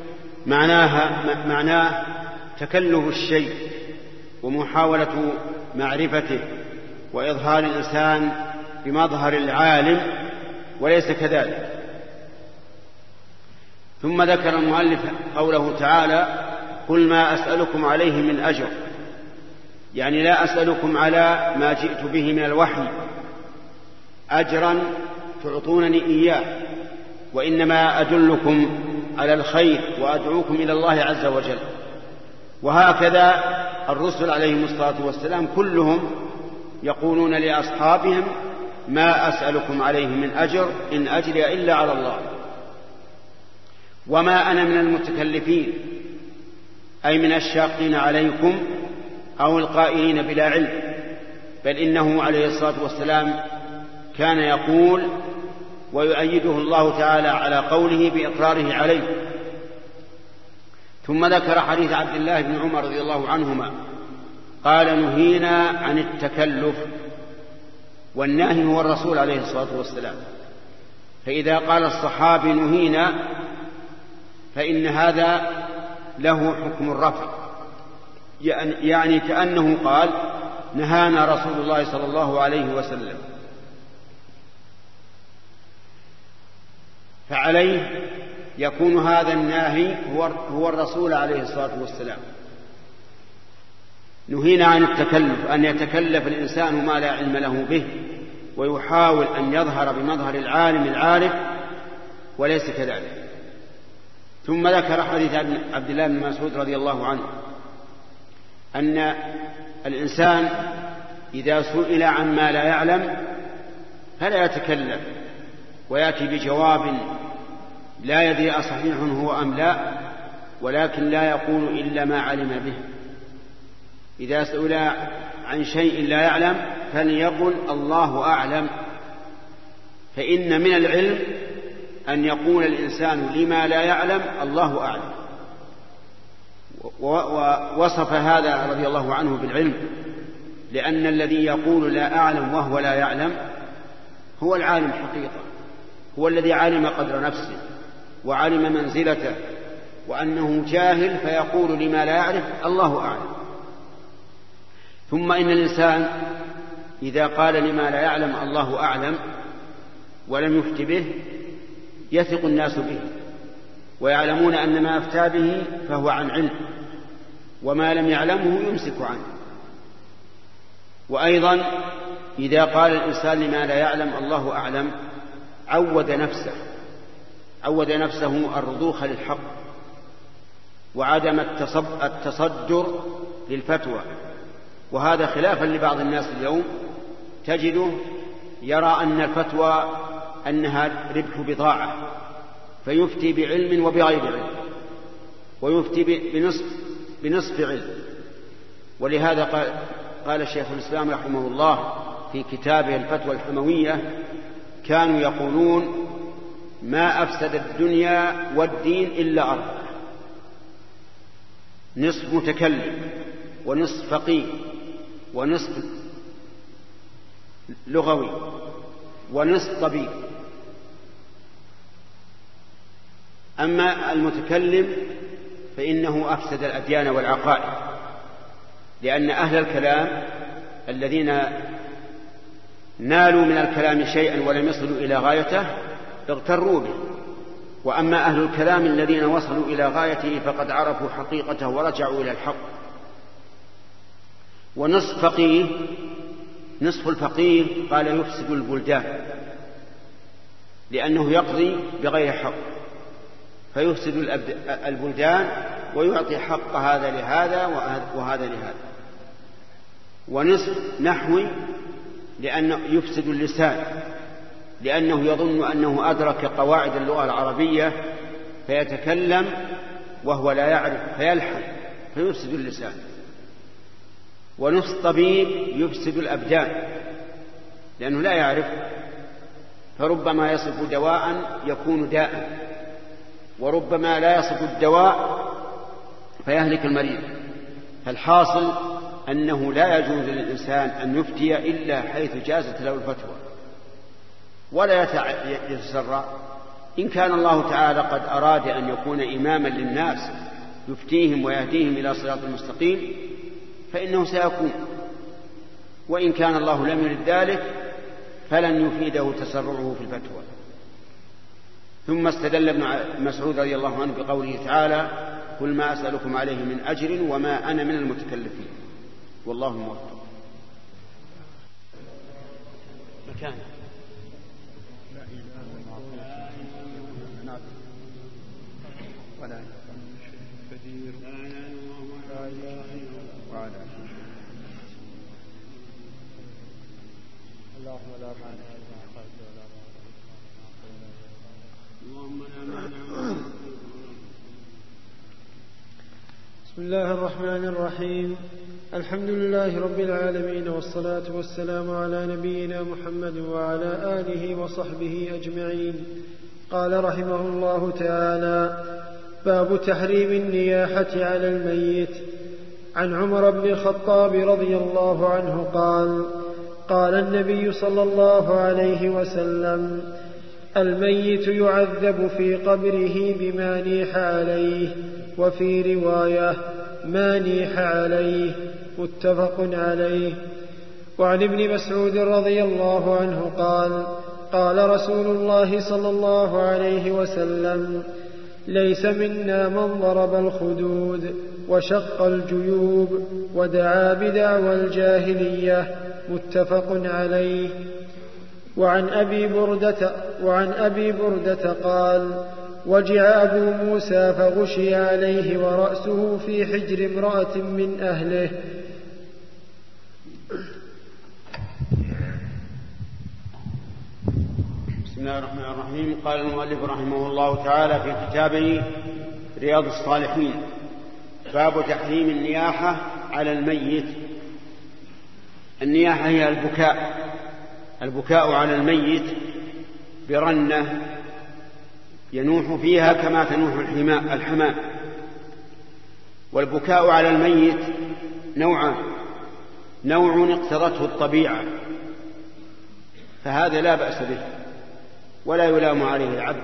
معناه تكلف الشيء ومحاولة معرفته وإظهار الإنسان بمظهر العالم وليس كذلك. ثم ذكر المؤلف قوله تعالى: قل ما أسألكم عليه من أجر، يعني لا أسألكم على ما جئت به من الوحي أجرا تعطونني إياه، وإنما أدلكم على الخير وأدعوكم إلى الله عز وجل. وهكذا الرسل عليهم الصلاة والسلام كلهم يقولون لأصحابهم: ما أسألكم عليه من أجر إن أجري إلا على الله، وما أنا من المتكلفين، أي من الشاقين عليكم أو القائلين بلا علم، بل إنه عليه الصلاة والسلام كان يقول ويؤيده الله تعالى على قوله بإقراره عليه. ثم ذكر حديث عبد الله بن عمر رضي الله عنهما قال: نهينا عن التكلف، والناهي هو الرسول عليه الصلاة والسلام. فإذا قال الصحابي نهينا فإن هذا له حكم الرفع، يعني كأنه قال: نهانا رسول الله صلى الله عليه وسلم. فعليه يكون هذا الناهي هو الرسول عليه الصلاة والسلام. نهينا عن التكلف، أن يتكلف الإنسان ما لا علم له به ويحاول أن يظهر بمظهر العالم العارف وليس كذلك. ثم ذكر حديث عبد الله بن مسعود رضي الله عنه أن الإنسان إذا سئل عما لا يعلم فلا يتكلم ويأتي بجواب لا يدري أصحيح هو أم لا، ولكن لا يقول إلا ما علم به. إذا سئل عن شيء لا يعلم فليقل الله أعلم، فإن من العلم أن يقول الإنسان لما لا يعلم الله أعلم. ووصف هذا رضي الله عنه بالعلم، لأن الذي يقول لا أعلم وهو لا يعلم هو العالم حقيقة، هو الذي علم قدر نفسه وعلم منزلته، وأنه جاهل فيقول لما لا يعرف الله أعلم. ثم إن الإنسان إذا قال لما لا يعلم الله أعلم ولم يفت به يثق الناس به ويعلمون أن ما أفتى به فهو عن علم، وما لم يعلمه يمسك عنه. وأيضا إذا قال الإنسان لما لا يعلم الله أعلم عود نفسه الرضوخ للحق وعدم التصدر للفتوى. وهذا خلافا لبعض الناس اليوم، تجده يرى أن الفتوى أنها ربح بضاعة فيفتي بعلم وبغير علم، ويفتي بنصف علم. ولهذا قال شيخ الإسلام رحمه الله في كتابه الفتوى الحموية: كانوا يقولون ما أفسد الدنيا والدين إلا أربعة: نصف متكلم، ونصف فقيه، ونصف لغوي، ونصف طبيب. أما المتكلم فإنه أفسد الأديان والعقائد، لأن أهل الكلام الذين نالوا من الكلام شيئا ولم يصلوا إلى غايته اغتروا به، وأما أهل الكلام الذين وصلوا إلى غايته فقد عرفوا حقيقته ورجعوا إلى الحق. ونصف فقيه، نصف الفقيه قال يفسد البلدان، لأنه يقضي بغير حق فيفسد البلدان ويعطي حق هذا لهذا وهذا لهذا. ونصف نحوي لأنه يفسد اللسان، لأنه يظن أنه أدرك قواعد اللغة العربية فيتكلم وهو لا يعرف فيلحن فيفسد اللسان، ونصف الطبيب يفسد الأبدان لأنه لا يعرف، فربما يصف دواء يكون داء، وربما لا يصف الدواء فيهلك المريض. فالحاصل أنه لا يجوز للإنسان أن يفتي إلا حيث جازت له الفتوى، ولا يتسرع. إن كان الله تعالى قد أراد أن يكون إماما للناس يفتيهم ويهديهم إلى صراط المستقيم فإنه سيكون، وإن كان الله لم يرد ذلك فلن يفيده تسرعه في الفتوى. ثم استدل ابن مسعود رضي الله عنه بقوله تعالى: قل ما أسألكم عليه من أجر وما أنا من المتكلفين، والله الموفق. مكان ولا كثير لا إله إلا الله اللهم لا مانع لما أعطيت ولا مانع. بسم الله الرحمن الرحيم. الحمد لله رب العالمين، والصلاة والسلام على نبينا محمد وعلى آله وصحبه أجمعين. قال رحمه الله تعالى: باب تحريم النياحة على الميت. عن عمر بن الخطاب رضي الله عنه قال: قال النبي صلى الله عليه وسلم: الميت يعذب في قبره بما نيح عليه، وفي رواية: ما نيح عليه، متفق عليه. وعن ابن مسعود رضي الله عنه قال: قال رسول الله صلى الله عليه وسلم: ليس منا من ضرب الخدود وشق الجيوب ودعا بدعوى الجاهلية، متفق عليه. وعن أبي بردة قال: وجع أبو موسى فغشي عليه ورأسه في حجر امرأة من أهله. بسم الله الرحمن الرحيم. قال المؤلف رحمه الله تعالى في كتابه رياض الصالحين: باب تحريم النياحة على الميت. النياحة هي البكاء على الميت برنة ينوح فيها كما تنوح الحمام. والبكاء على الميت نوع اقتضته الطبيعة، فهذا لا بأس به ولا يلام عليه العبد.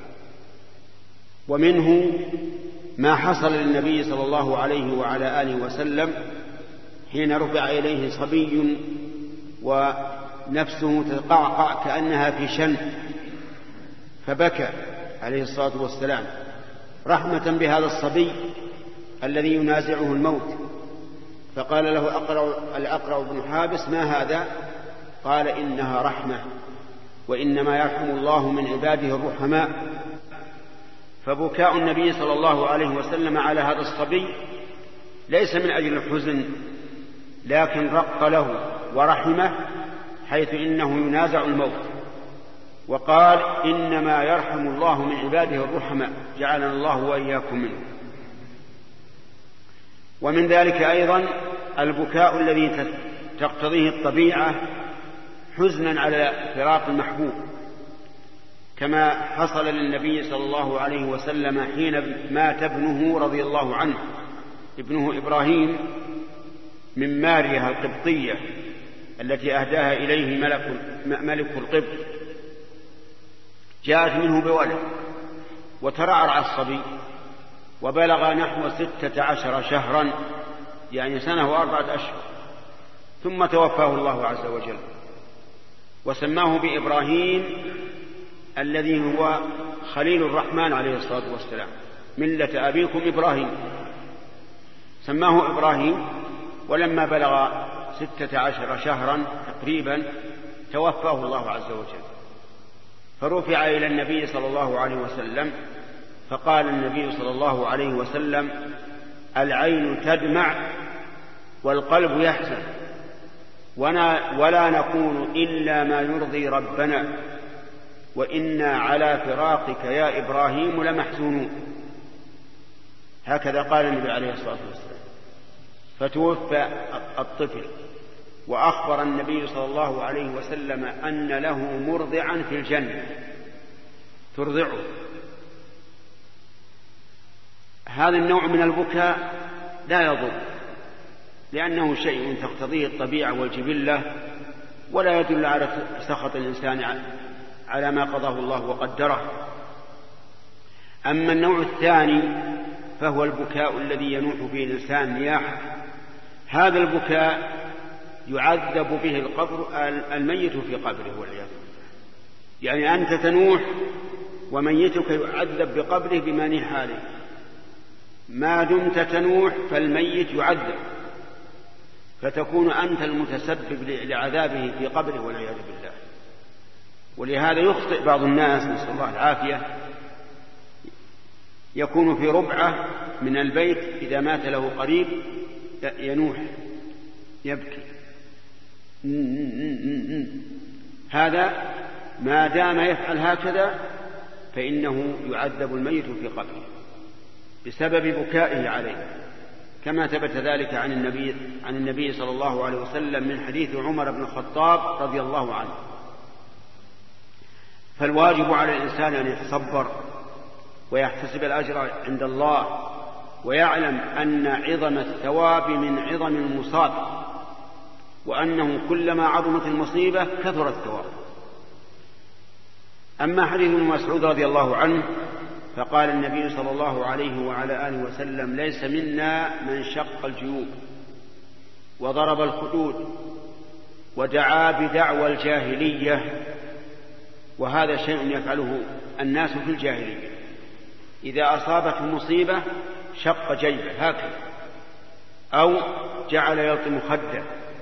ومنه ما حصل للنبي صلى الله عليه وعلى آله وسلم حين رفع إليه صبي ونفسه تقعقع كأنها في شن، فبكى عليه الصلاة والسلام رحمة بهذا الصبي الذي ينازعه الموت. فقال له الأقرع بن حابس: ما هذا؟ قال: إنها رحمة، وإنما يرحم الله من عباده الرحماء. فبكاء النبي صلى الله عليه وسلم على هذا الصبي ليس من أجل الحزن، لكن رق له ورحمه، حيث إنه ينازع الموت. وقال: إنما يرحم الله من عباده الرحماء، جعلنا الله وإياكم منه. ومن ذلك أيضا البكاء الذي تقتضيه الطبيعة حزنا على فراق المحبوب، كما حصل للنبي صلى الله عليه وسلم حين مات ابنه رضي الله عنه، ابنه إبراهيم، من ماريا القبطية التي أهداها إليه ملك القبط. جاءت منه بولد وترعرع الصبي وبلغ نحو 16 شهرا، يعني سنة و4 أشهر، ثم توفاه الله عز وجل وسماه بإبراهيم الذي هو خليل الرحمن عليه الصلاة والسلام، ملة أبيكم إبراهيم. سماه إبراهيم، ولما بلغ 16 شهرا تقريبا توفاه الله عز وجل، فرفع إلى النبي صلى الله عليه وسلم، فقال النبي صلى الله عليه وسلم: العين تدمع والقلب يحزن، ولا نكون إلا ما يرضي ربنا، وإنا على فراقك يا إبراهيم لمحزونون. هكذا قال النبي عليه الصلاة والسلام. فتوفى الطفل، وأخبر النبي صلى الله عليه وسلم أن له مرضعا في الجنة ترضعه. هذا النوع من البكاء لا يضر، لأنه شيء تقتضيه الطبيعة والجبلة، ولا يدل على سخط الإنسان على ما قضاه الله وقدره. أما النوع الثاني فهو البكاء الذي ينوح فيه الإنسان نياحة. هذا البكاء يعذب به الميت في قبره والعياذ بالله. يعني أنت تنوح وميتك يعذب بقبره بما نيح عليه. ما دمت تنوح فالميت يعذب، فتكون أنت المتسبب لعذابه في قبره والعياذ بالله. ولهذا يخطئ بعض الناس، نسأل الله العافية، يكون في ربعة من البيت إذا مات له قريب ينوح يبكي. هذا ما دام يفعل هكذا فإنه يعذب الميت في قبره بسبب بكائه عليه، كما ثبت ذلك عن النبي صلى الله عليه وسلم من حديث عمر بن الخطاب رضي الله عنه. فالواجب على الإنسان أن يتصبر ويحتسب الأجر عند الله، ويعلم أن عظم الثواب من عظم المصاب، وأنه كلما عظمت المصيبة كثر الثواب. أما حديث ابن مسعود رضي الله عنه فقال النبي صلى الله عليه وعلى آله وسلم: ليس منا من شق الجيوب وضرب الخدود ودعا بدعوى الجاهلية. وهذا شيء يفعله الناس في الجاهلية، إذا أصابته مصيبة شق جيبه هكذا، أو جعل يلطم خده،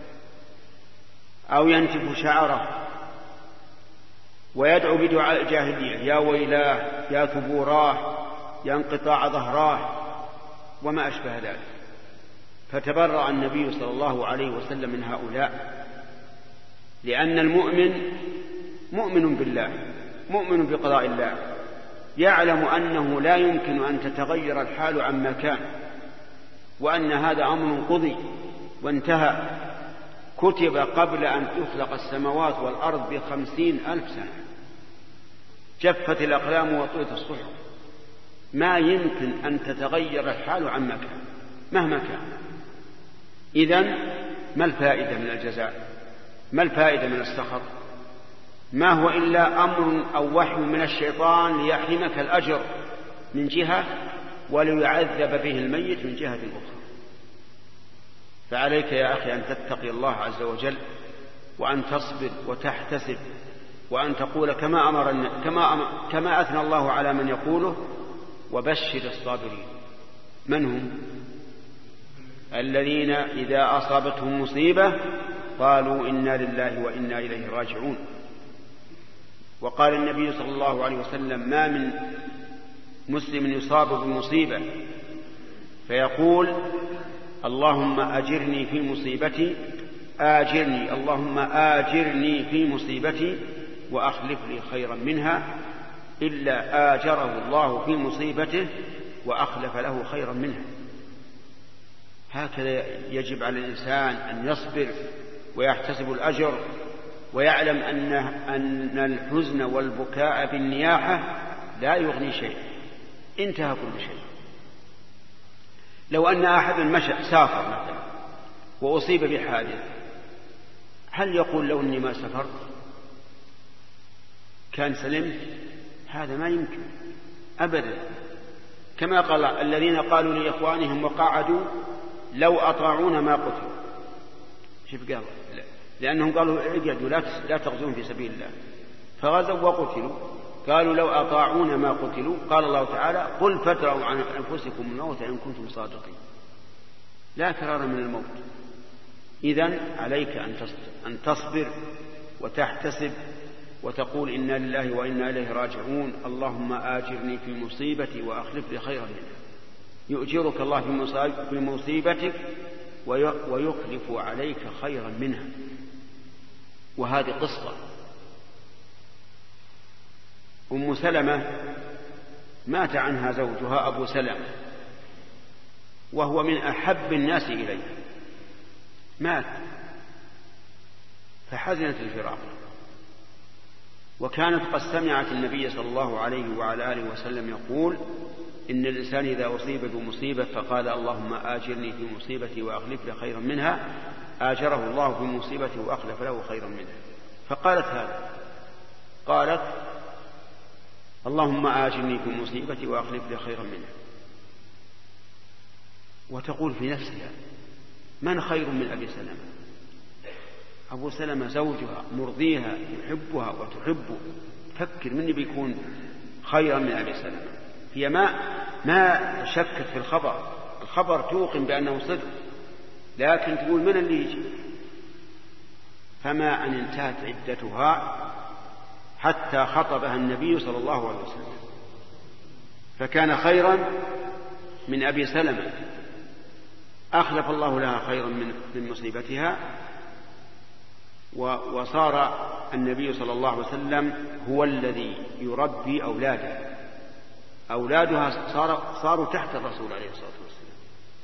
أو ينتف شعره، ويدعو بدعاء الجاهلية: يا ويلاه، يا ثبوراه، يا انقطاع ظهراه، وما أشبه ذلك. فتبرأ النبي صلى الله عليه وسلم من هؤلاء، لأن المؤمن مؤمن بالله، مؤمن بقضاء الله، يعلم أنه لا يمكن أن تتغير الحال عما كان، وأن هذا أمر قضي وانتهى، كتب قبل أن تخلق السماوات والأرض ب50,000 سنة، جفت الأقلام وطوت الصحف، ما يمكن أن تتغير الحال عما كان مهما كان. إذن ما الفائدة من الجزاء؟ ما الفائدة من السخط؟ ما هو إلا أمر أو وحي من الشيطان ليحرمك الأجر من جهة وليعذب به الميت من جهة أخرى. فعليك يا أخي أن تتقي الله عز وجل، وأن تصبر وتحتسب، وأن تقول كما أثنى الله على من يقوله: وبشر الصابرين. من هم؟ الذين إذا أصابتهم مصيبة قالوا إنا لله وإنا إليه راجعون. وقال النبي صلى الله عليه وسلم: ما من مسلم يصاب بمصيبة فيقول: اللهم أجرني في مصيبتي، اللهم آجرني في مصيبتي وأخلف لي خيرا منها، إلا آجره الله في مصيبته وأخلف له خيرا منها. هكذا يجب على الإنسان أن يصبر ويحتسب الأجر، ويعلم أن الحزن والبكاء بالنياحة لا يغني شيء، انتهى كل شيء. لو أن أحد سافر مثلا وأصيب بحادث، هل يقول لو أني ما سافرت كان سلمت؟ هذا ما يمكن أبدا. كما قال الذين قالوا لإخوانهم وقعدوا: لو أطاعونا ما قتلوا. شوف قال، لأنهم قالوا: اقعدوا لا تغزون في سبيل الله، فغزوا وقتلوا. قالوا: لو أطاعونا ما قتلوا. قال الله تعالى: قل فادرءوا عن أنفسكم الموت إن كنتم صادقين. لا فرار من الموت. إذن عليك أن تصبر وتحتسب وتقول: إنا لله وإنا إليه راجعون، اللهم آجرني في مصيبتي وأخلف لي خيرا منها. يؤجرك الله في مصيبتك ويخلف عليك خيرا منها. وهذه قصة. أم سلمة مات عنها زوجها أبو سلمة وهو من أحب الناس إليه، مات فحزنت الفراق. وكانت قد سمعت النبي صلى الله عليه وعلى آله وسلم يقول: إن الإنسان إذا أصيب بمصيبة فقال اللهم آجرني في مصيبتي وأخلف لي خيرا منها، آجره الله في مصيبته وأخلف له خيرا منها. فقالت هذا، قالت اللهم آجرني في مصيبتي وأخلف لي خيرا منها، وتقول في نفسها: من خير من أبي سلمة؟ أبو سلمة زوجها مرضيها يحبها وتحبه، فكر مني بيكون خيرا من أبي سلمة. هي ما شكت في الخبر توقن بأنه صدق، لكن تقول من اللي يجي. فما أن انتهت عدتها حتى خطبها النبي صلى الله عليه وسلم، فكان خيرا من أبي سلمة، أخلف الله لها خيرا من مصيبتها، وصار النبي صلى الله عليه وسلم هو الذي يربي أولادها صاروا تحت الرسول عليه الصلاة والسلام.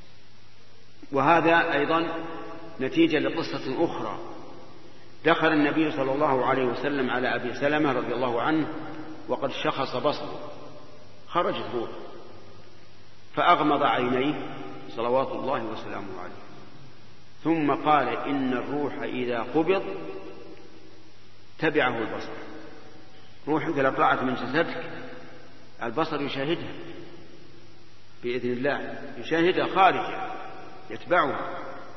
وهذا أيضا نتيجة لقصة أخرى. دخل النبي صلى الله عليه وسلم على أبي سلمة رضي الله عنه وقد شخص بصره، خرجت روح، فأغمض عينيه صلوات الله وسلامه عليه، ثم قال: إن الروح إذا قبض تبعه البصر. روحك إذا طلعت من جسدك البصر يشاهدها بإذن الله، يشاهدها خارجة يتبعها.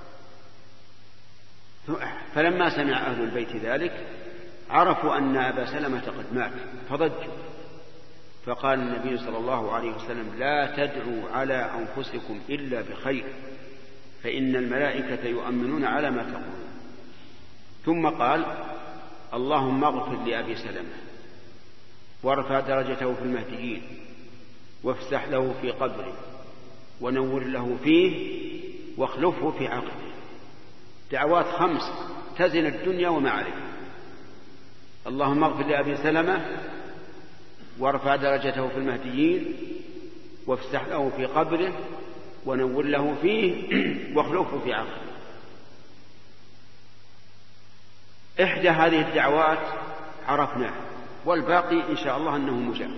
فلما سمع أهل البيت ذلك عرفوا أن أبا سلمة قد مات فضجوا، فقال النبي صلى الله عليه وسلم: لا تدعوا على أنفسكم إلا بخير، فإن الملائكة يؤمنون على ما تقولون. ثم قال: اللهم اغفر لأبي سلمة وارفع درجته في المهديين وافسح له في قبره ونور له فيه واخلفه في عقبه. دعوات 5 تزن الدنيا وما عليها. اللهم اغفر لأبي سلمة وارفع درجته في المهديين وافسح له في قبره ونور له فيه واخلفه في عقبه. إحدى هذه الدعوات عرفناها، والباقي إن شاء الله أنه مجاب.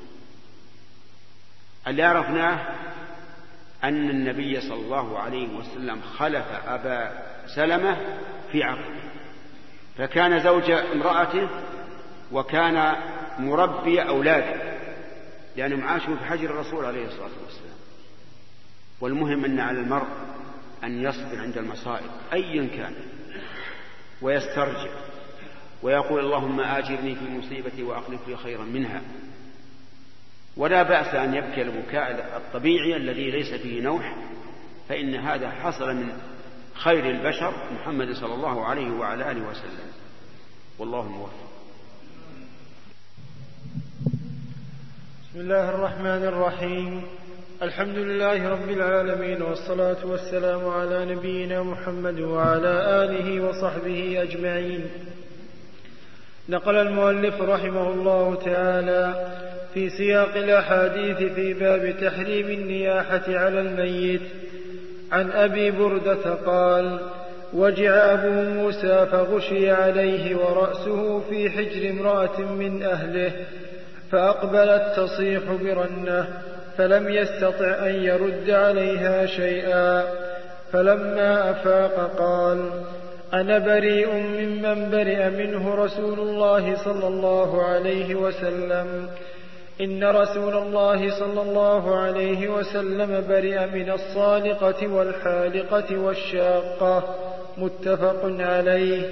اللي عرفناه أن النبي صلى الله عليه وسلم خلف أبا سلمة في عقبه، فكان زوج امرأته وكان مربي أولاده، لأنهم عاشوا في حجر الرسول عليه الصلاة والسلام. والمهم أن على المرء أن يصبر عند المصائب أيا كان، ويسترجع ويقول: اللهم آجرني في مصيبتي وأخلف لي خيرا منها. ولا بأس أن يبكي البكاء الطبيعي الذي ليس فيه نوح، فإن هذا حصل من خير البشر محمد صلى الله عليه وعلى آله وسلم، والله الموفق. بسم الله الرحمن الرحيم. الحمد لله رب العالمين، والصلاة والسلام على نبينا محمد وعلى آله وصحبه أجمعين. نقل المؤلف رحمه الله تعالى في سياق الأحاديث في باب تحريم النياحة على الميت عن أبي بردة قال: وجع أبو موسى فغشي عليه ورأسه في حجر امرأة من أهله، فأقبلت تصيح برنة، فلم يستطع أن يرد عليها شيئا، فلما أفاق قال: أنا بريء ممن برئ منه رسول الله صلى الله عليه وسلم. إن رسول الله صلى الله عليه وسلم برئ من الصالقة والحالقة والشاقة. متفق عليه.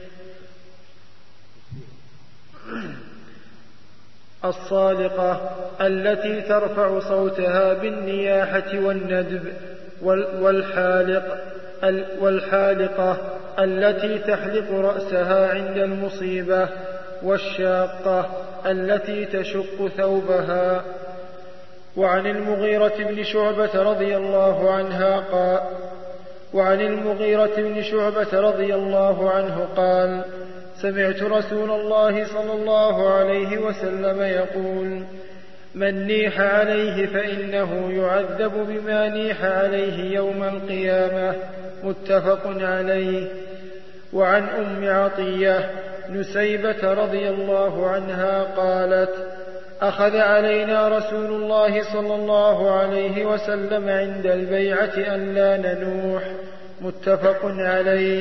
الصالقة التي ترفع صوتها بالنياحة والندب، والحالقة التي تحلق رأسها عند المصيبة، والشاقة التي تشق ثوبها. وعن المغيرة بن شعبة رضي الله عنه قال: سمعت رسول الله صلى الله عليه وسلم يقول: من نيح عليه فإنه يعذب بما نيح عليه يوم القيامة. متفق عليه. وعن أم عطية نسيبة رضي الله عنها قالت: أخذ علينا رسول الله صلى الله عليه وسلم عند البيعة أن لا ننوح. متفق عليه.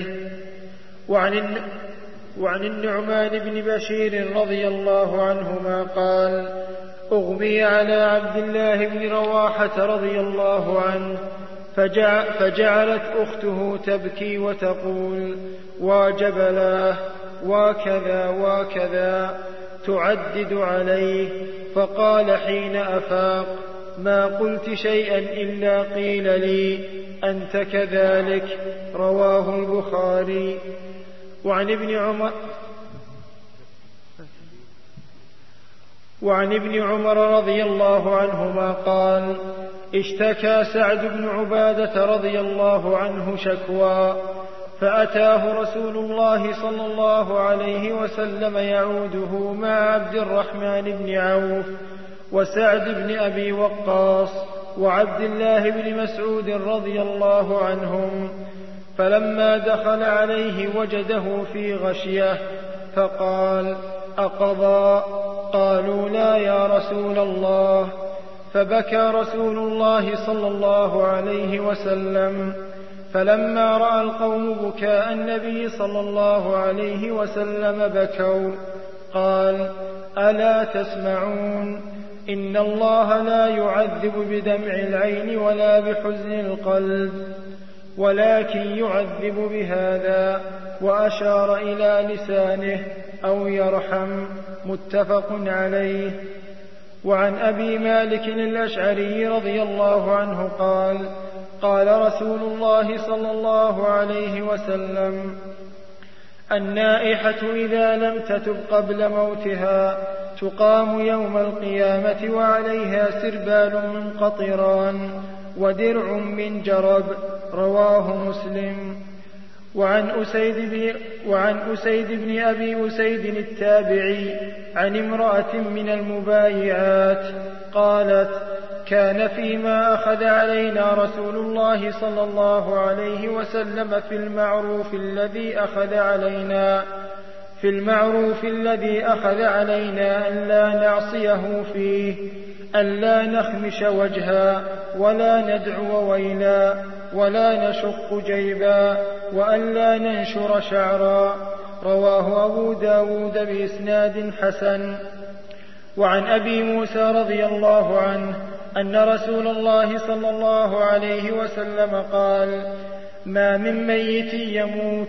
وعن النعمان بن بشير رضي الله عنهما قال: أغمي على عبد الله بن رواحة رضي الله عنه فجعلت أخته تبكي وتقول: وجبلاه وكذا وكذا، تعدد عليه. فقال حين أفاق: ما قلت شيئا إلا قيل لي أنت كذلك. رواه البخاري. وعن ابن عمر رضي الله عنهما قال: اشتكى سعد بن عبادة رضي الله عنه شكوى، فأتاه رسول الله صلى الله عليه وسلم يعوده مع عبد الرحمن بن عوف وسعد بن أبي وقاص وعبد الله بن مسعود رضي الله عنهم. فلما دخل عليه وجده في غشية فقال: أقضى؟ قالوا: لا يا رسول الله. فبكى رسول الله صلى الله عليه وسلم. فلما رأى القوم بكاء النبي صلى الله عليه وسلم بكوا. قال: ألا تسمعون؟ إن الله لا يعذب بدمع العين ولا بحزن القلب، ولكن يعذب بهذا، وأشار إلى لسانه، أو يرحم. متفق عليه. وعن أبي مالك الأشعري رضي الله عنه قال: قال رسول الله صلى الله عليه وسلم: النائحة إذا لم تتب قبل موتها تقام يوم القيامة وعليها سربال من قطران ودرع من جرب. رواه مسلم. وعن أسيد بن أبي أسيد التابعي عن امرأة من المبايعات قالت: كان فيما أخذ علينا رسول الله صلى الله عليه وسلم في المعروف الذي أخذ علينا أن لا نعصيه فيه، أن لا نخمش وجها، ولا ندعو ويلا، ولا نشق جيبا، وأن لا ننشر شعرا. رواه أبو داود بإسناد حسن. وعن أبي موسى رضي الله عنه أن رسول الله صلى الله عليه وسلم قال: ما من ميت يموت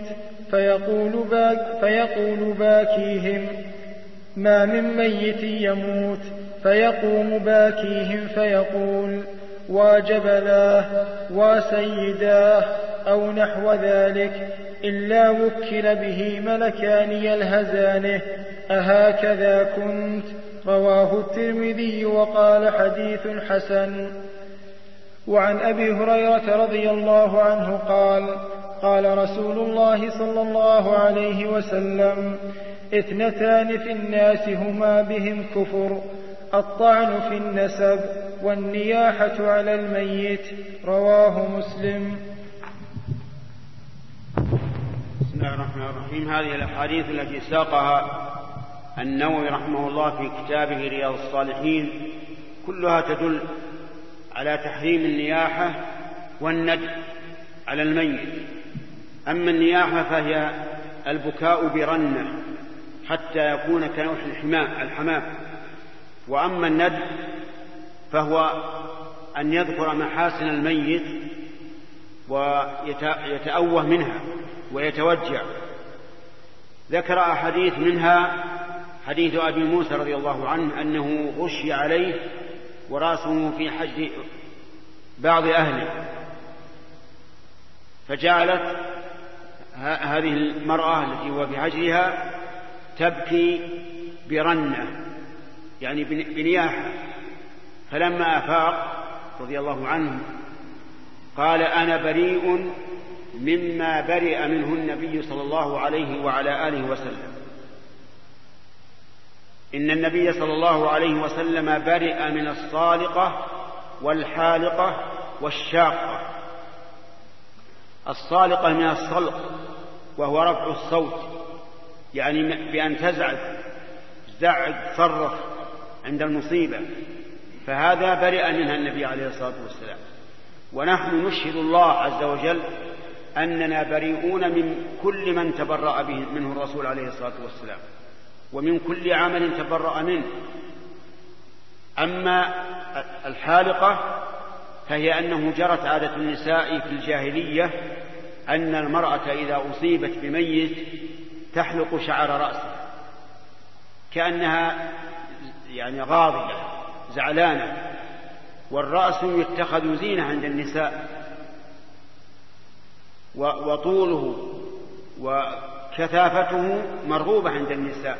فيقول باكيهم، ما من ميت يموت فيقوم باكيهم فيقول: وجبلاه وسيداه أو نحو ذلك، إلا وكل به ملكان يلهزانه: أهكذا كنت؟ رواه الترمذي وقال: حديث حسن. وعن أبي هريرة رضي الله عنه قال: قال رسول الله صلى الله عليه وسلم: 2 في الناس هما بهم كفر: الطعن في النسب والنياحة على الميت. رواه مسلم. بسم الله الرحمن الرحيم. هذه الأحاديث التي ساقها النووي رحمه الله في كتابه رياض الصالحين كلها تدل على تحريم النياحة والندب على الميت. أما النياحة فهي البكاء برنة حتى يكون كنوح الحمام، وأما الندب فهو أن يذكر محاسن الميت ويتأوه منها ويتوجع. ذكر أحاديث منها حديث أبي موسى رضي الله عنه أنه غشي عليه ورأسه في حجر بعض أهله، فجعلت هذه المرأة التي هو في حجرها تبكي برنة، يعني بنياحة. فلما أفاق رضي الله عنه قال: أنا بريء مما برئ منه النبي صلى الله عليه وعلى آله وسلم. إن النبي صلى الله عليه وسلم برئ من الصالقة والحالقة والشاقة. الصالقة من الصلق وهو رفع الصوت، يعني بأن زعج صرخ عند المصيبة، فهذا برئ منها النبي عليه الصلاة والسلام. ونحن نشهد الله عز وجل أننا بريئون من كل من تبرأ به منه الرسول عليه الصلاة والسلام، ومن كل عمل تبرأ منه. أما الحالقة فهي أنه جرت عادة النساء في الجاهلية أن المرأة إذا أصيبت بميت تحلق شعر رأسها كأنها يعني غاضبة زعلانة، والرأس يتخذ زينة عند النساء، وطوله وكثافته مرغوبة عند النساء.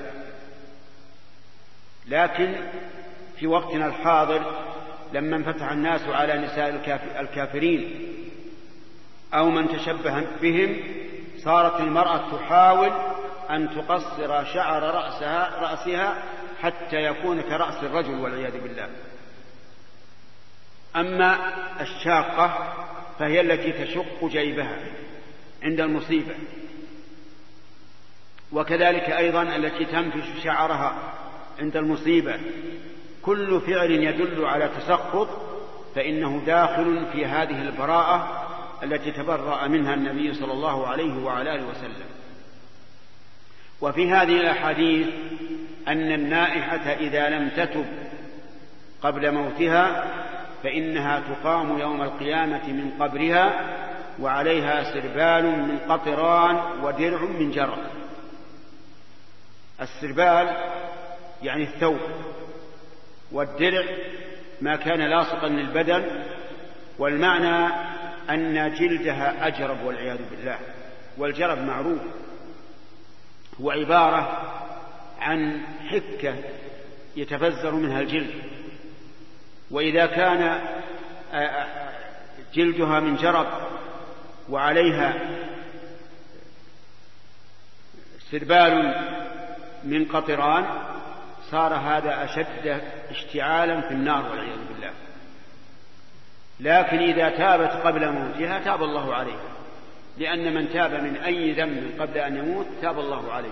لكن في وقتنا الحاضر لما انفتح الناس على نساء الكافرين أو من تشبه بهم، صارت المرأة تحاول أن تقصر شعر رأسها حتى يكون كرأس الرجل والعياذ بالله. أما الشاقة فهي التي تشق جيبها عند المصيبة، وكذلك أيضا التي تنفش شعرها عند المصيبة. كل فعل يدل على تسخط فإنه داخل في هذه البراءة التي تبرأ منها النبي صلى الله عليه وعلى آله وسلم. وفي هذه الأحاديث أن النائحة إذا لم تتب قبل موتها فإنها تقام يوم القيامة من قبرها وعليها سربال من قطران ودرع من جرة. السربال يعني الثوب، والدرع ما كان لاصقا للبدن، والمعنى أن جلدها أجرب والعياذ بالله. والجرب معروف هو عبارة عن حكة يتفزر منها الجلد، وإذا كان جلدها من جرب وعليها سربال من قطران صار هذا أشد اشتعالا في النار والعياذ بالله. لكن إذا تابت قبل موتها تاب الله عليه، لأن من تاب من أي ذنب قبل أن يموت تاب الله عليه.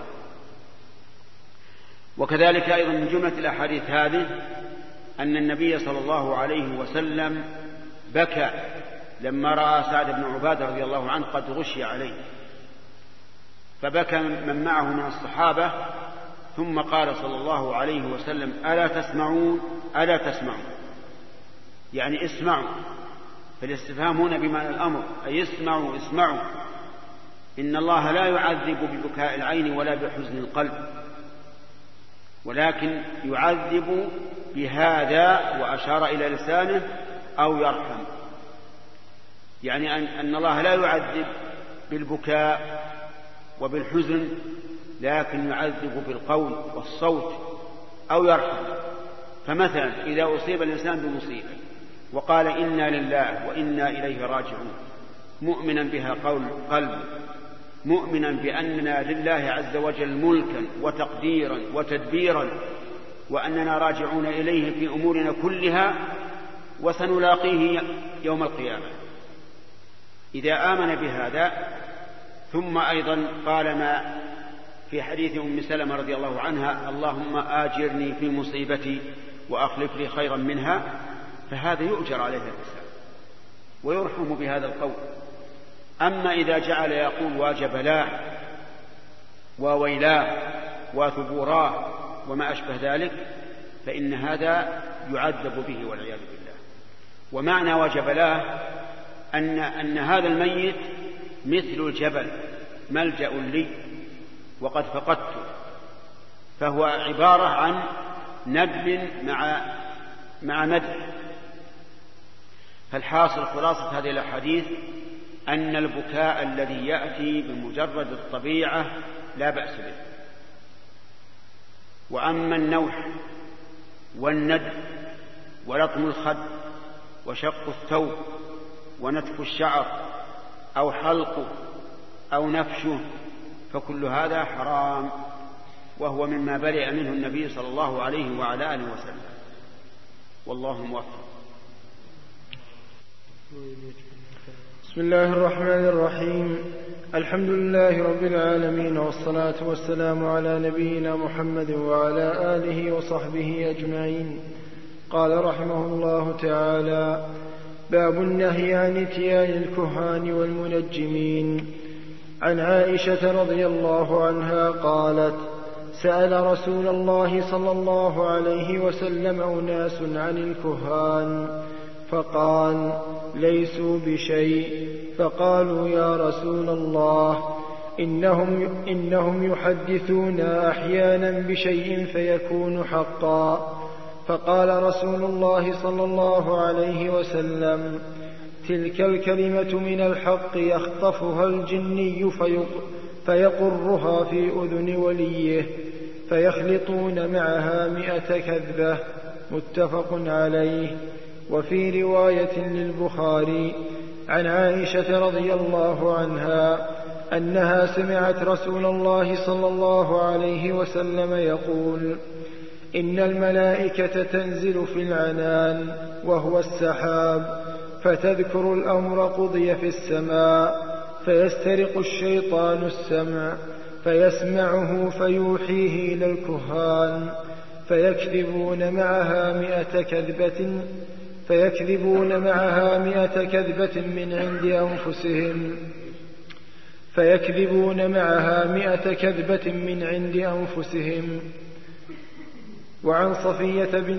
وكذلك أيضا من جملة الأحاديث هذه أن النبي صلى الله عليه وسلم بكى لما رأى سعد بن عبادة رضي الله عنه قد غشي عليه، فبكى من معه من الصحابة، ثم قال صلى الله عليه وسلم: ألا تسمعون ألا تسمعون، يعني اسمعوا. فالاستفهام هنا بمعنى الأمر، أي اسمعوا اسمعوا، إن الله لا يعذب ببكاء العين ولا بحزن القلب، ولكن يعذب بهذا، وأشار إلى لسانه، أو يرحم. يعني أن الله لا يعذب بالبكاء وبالحزن، لكن يعذب بالقول والصوت أو يرحم. فمثلا إذا أصيب الإنسان بمصيبة وقال إنا لله وإنا إليه راجعون، مؤمنا بها قلب، مؤمنا بأننا لله عز وجل ملكا وتقديرا وتدبيرا، وأننا راجعون إليه في أمورنا كلها وسنلاقيه يوم القيامة. إذا آمن بهذا ثم أيضا قال ما في حديث أم سلمة رضي الله عنها: اللهم آجرني في مصيبتي وأخلف لي خيرا منها، فهذا يؤجر عليه الإنسان ويرحم بهذا القول. أما إذا جعل يقول واجبلاه وويلاه وثبوراه وما أشبه ذلك فإن هذا يعذب به والعياذ بالله. ومعنى وجبلاه أن هذا الميت مثل الجبل ملجأ لي وقد فقدته، فهو عبارة عن ندب مع مدح. فالحاصل خلاصة هذه الأحاديث أن البكاء الذي يأتي بمجرد الطبيعة لا بأس به. وأما النوح والند ولطم الخد وشق الثوب ونتف الشعر أو حلقه أو نفشه فكل هذا حرام وهو مما برئ منه النبي صلى الله عليه وعلى آله وسلم، والله موفق. بسم الله الرحمن الرحيم. الحمد لله رب العالمين، والصلاة والسلام على نبينا محمد وعلى آله وصحبه أجمعين. قال رحمه الله تعالى: باب النهي عن اتيان الكهان والمنجمين. عن عائشة رضي الله عنها قالت: سأل رسول الله صلى الله عليه وسلم أناس عن الكهان فقال: ليسوا بشيء. فقالوا: يا رسول الله، إنهم يحدثونا أحيانا بشيء فيكون حقا. فقال رسول الله صلى الله عليه وسلم: تلك الكلمة من الحق يخطفها الجني فيقرها في أذن وليه فيخلطون معها 100 كذبة. متفق عليه. وفي رواية للبخاري عن عائشة رضي الله عنها أنها سمعت رسول الله صلى الله عليه وسلم يقول: إن الملائكة تنزل في العنان وهو السحاب فتذكر الأمر قضي في السماء، فيسترق الشيطان السمع فيسمعه فيوحيه إلى الكهان فيكذبون معها 100 كذبة من عند أنفسهم. وعن صفية بن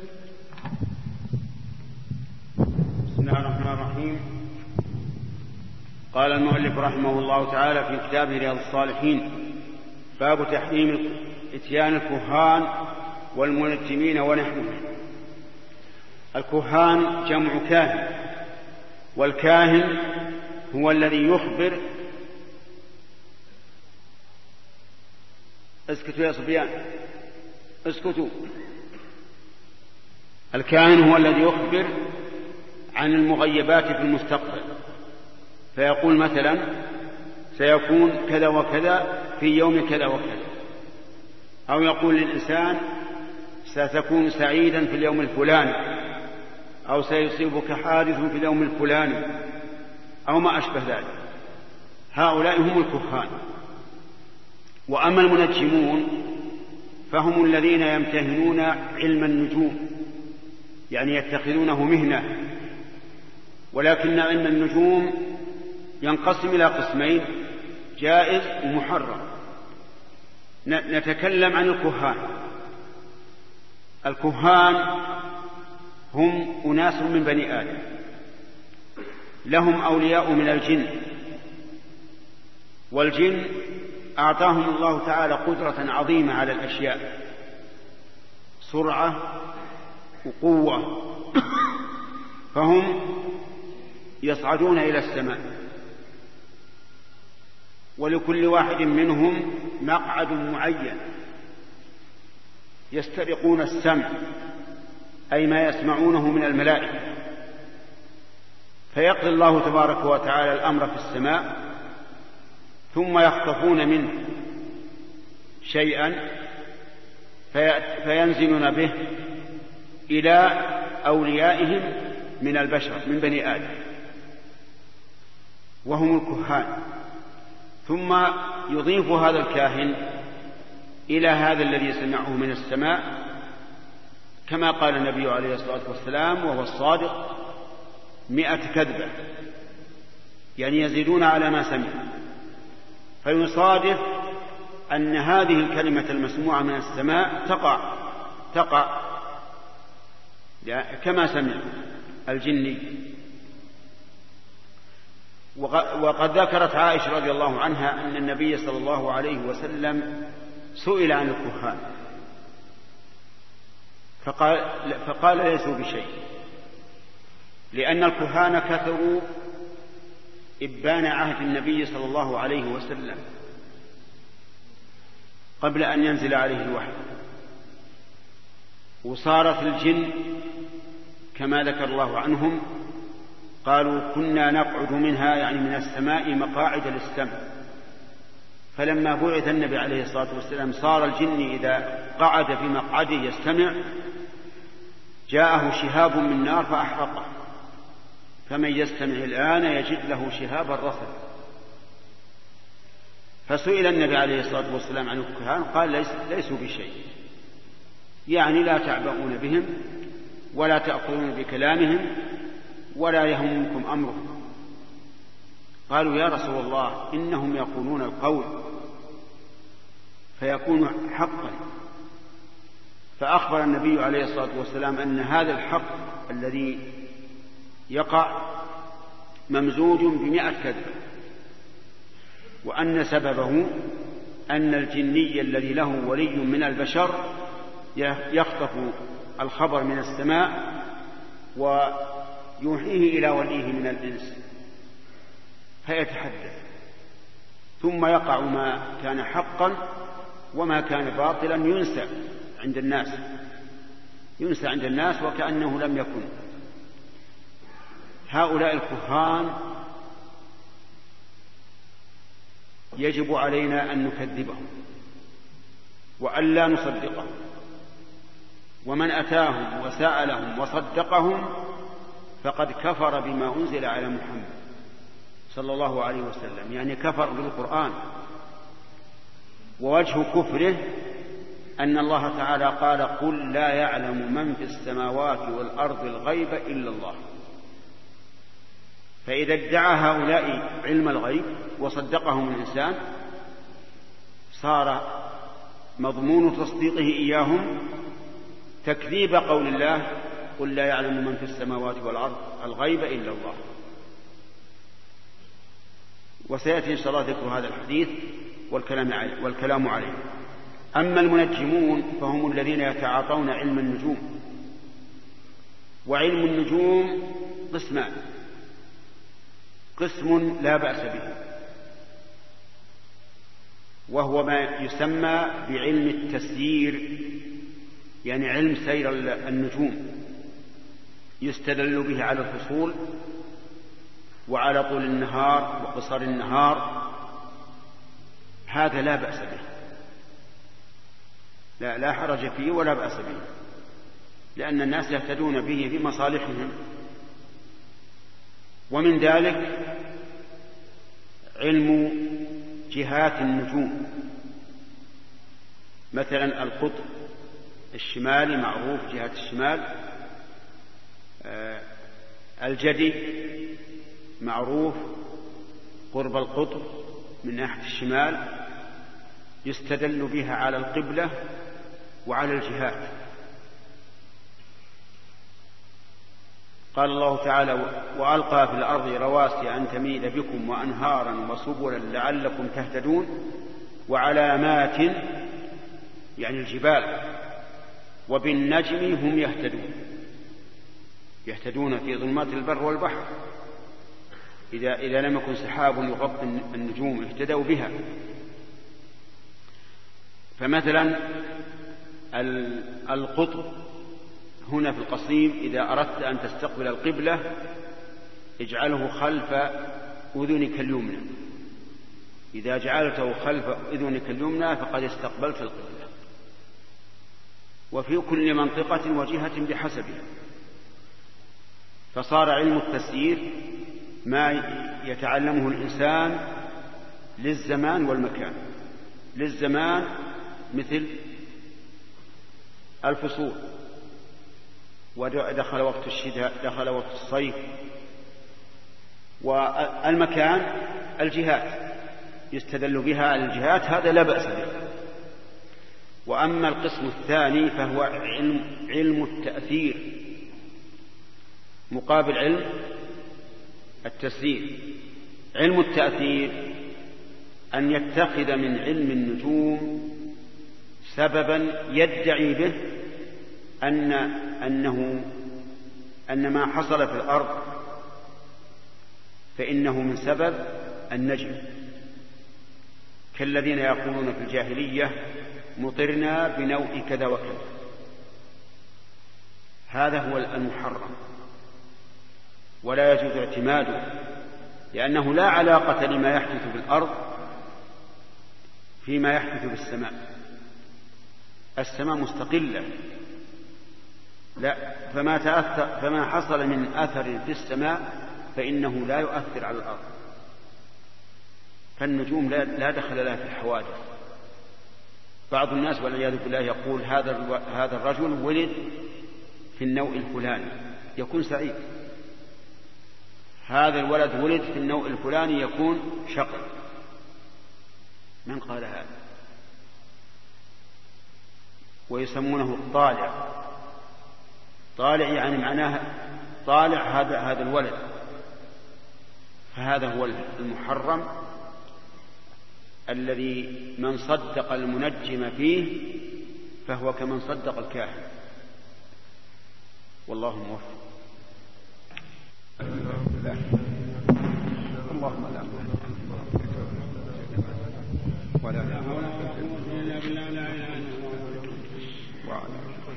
بسم الله الرحمن الرحيم. قال المؤلف رحمه الله تعالى في كتابه رياض الصالحين: باب تحريم اتيان الكهان والمنجمين ونحوهم. الكهان جمع كاهن، والكاهن هو الذي يخبر. اسكتوا يا صبيان، اسكتوا. الكاهن هو الذي يخبر عن المغيبات في المستقبل، فيقول مثلا: سيكون كذا وكذا في يوم كذا وكذا، أو يقول للإنسان: ستكون سعيدا في اليوم الفلاني، أو سيصيبك حادث في اليوم الفلاني، أو ما أشبه ذلك. هؤلاء هم الكهان. وأما المنجمون فهم الذين يمتهنون علم النجوم، يعني يتخذونه مهنة. ولكن علم النجوم ينقسم إلى قسمين: جائز ومحرم. نتكلم عن الكهان. الكهان هم أناس من بني آدم، لهم أولياء من الجن، والجن أعطاهم الله تعالى قدرة عظيمة على الأشياء، سرعة وقوة، فهم يصعدون إلى السماء، ولكل واحد منهم مقعد معين، يسترقون السمع، أي ما يسمعونه من الملائكة، فيقضي الله تبارك وتعالى الأمر في السماء، ثم يخطفون منه شيئا فينزلون به إلى أوليائهم من البشر من بني آدم، وهم الكهان. ثم يضيف هذا الكاهن إلى هذا الذي سمعه من السماء، كما قال النبي عليه الصلاة والسلام وهو الصادق: 100 كذبة، يعني يزيدون على ما سمعوا. فيصادف أن هذه الكلمة المسموعة من السماء تقع كما سمع الجني. وقد ذكرت عائشة رضي الله عنها أن النبي صلى الله عليه وسلم سئل عن الكهان فقال: ليسوا بشيء، لأن الكهان كثروا إبان عهد النبي صلى الله عليه وسلم قبل أن ينزل عليه الوحي. وصارت الجن كما ذكر الله عنهم، قالوا: كنا نقعد منها، يعني من السماء، مقاعد للسمع، فلما بعث النبي عليه الصلاة والسلام صار الجن إذا قعد في مقعده يستمع جاءه شهاب من نار فأحرقه، فمن يستمع الآن يجد له شهابا رصدا. فسئل النبي عليه الصلاة والسلام عن الكهان قال ليسوا بشيء، يعني لا تعبؤون بهم ولا تأخذون بكلامهم ولا يهمكم أمرهم. قالوا يا رسول الله إنهم يقولون القول فيكون حقا. فأخبر النبي عليه الصلاة والسلام أن هذا الحق الذي يقع ممزوج ب100 كذبة، وأن سببه أن الجني الذي له ولي من البشر يخطف الخبر من السماء ويوحيه إلى وليه من الإنس فيتحدث، ثم يقع ما كان حقا وما كان باطلا ينسى عند الناس وكأنه لم يكن. هؤلاء الكهان يجب علينا أن نكذبهم وأن لا نصدقهم، ومن أتاهم وسألهم وصدقهم فقد كفر بما أنزل على محمد صلى الله عليه وسلم، يعني كفر بالقرآن. ووجه كفره أن الله تعالى قال قل لا يعلم من في السماوات والأرض الغيب إلا الله. فإذا ادعى هؤلاء علم الغيب وصدقهم الإنسان صار مضمون تصديقه إياهم تكذيب قول الله قل لا يعلم من في السماوات والأرض الغيب إلا الله. وسيأتي إن شاء الله ذكر هذا الحديث والكلام عليه. أما المنجمون فهم الذين يتعاطون علم النجوم. وعلم النجوم قسمان: قسم لا بأس به وهو ما يسمى بعلم التسيير، يعني علم سير النجوم، يستدل به على الفصول وعلى طول النهار وقصر النهار. هذا لا بأس به، لا حرج فيه ولا بأس به، لأن الناس يهتدون به في مصالحهم. ومن ذلك علم جهات النجوم، مثلا القطب الشمالي معروف جهة الشمال، الجدي معروف قرب القطب من ناحية الشمال، يستدل بها على القبلة وعلى الجهات. قال الله تعالى وألقى في الأرض رواسي أن تميد بكم وأنهارا وسبلا لعلكم تهتدون وعلامات يعني الجبال وبالنجم هم يهتدون في ظلمات البر والبحر. إذا لم يكن سحاب يغطي النجوم اهتدوا بها. فمثلا القطب هنا في القصيم إذا أردت أن تستقبل القبلة اجعله خلف أذنك اليمنى، إذا جعلته خلف أذنك اليمنى فقد استقبلت القبلة. وفي كل منطقة وجهة بحسبها. فصار علم التسيير ما يتعلمه الإنسان للزمان والمكان. للزمان مثل الفصول، ودخل وقت الشتاء دخل وقت الصيف. والمكان الجهات يستدل بها على الجهات، هذا لا بأس به. وأما القسم الثاني فهو علم التأثير مقابل علم التسيير. علم التأثير أن يتخذ من علم النجوم سببا يدعي به أن ما حصل في الأرض فإنه من سبب النجم، كالذين يقولون في الجاهلية مطرنا بنوء كذا وكذا. هذا هو المحرم ولا يجوز اعتماده، لأنه لا علاقة لما يحدث في الأرض فيما يحدث بالسماء. السماء مستقلة، لا، فما حصل من أثر في السماء فإنه لا يؤثر على الأرض. فالنجوم لا دخل لها في الحوادث. بعض الناس والعياذ بالله يقول هذا الرجل ولد في النوء الفلاني يكون سعيد، هذا الولد ولد في النوء الفلاني يكون شقي. من قال هذا؟ ويسمونه الطالع. طالع يعني معناه طالع هذا الولد. فهذا هو المحرم الذي من صدق المنجم فيه فهو كمن صدق الكاهن. والله موفق. اللهم لا ولا حول الا بالله لا اله الا الله.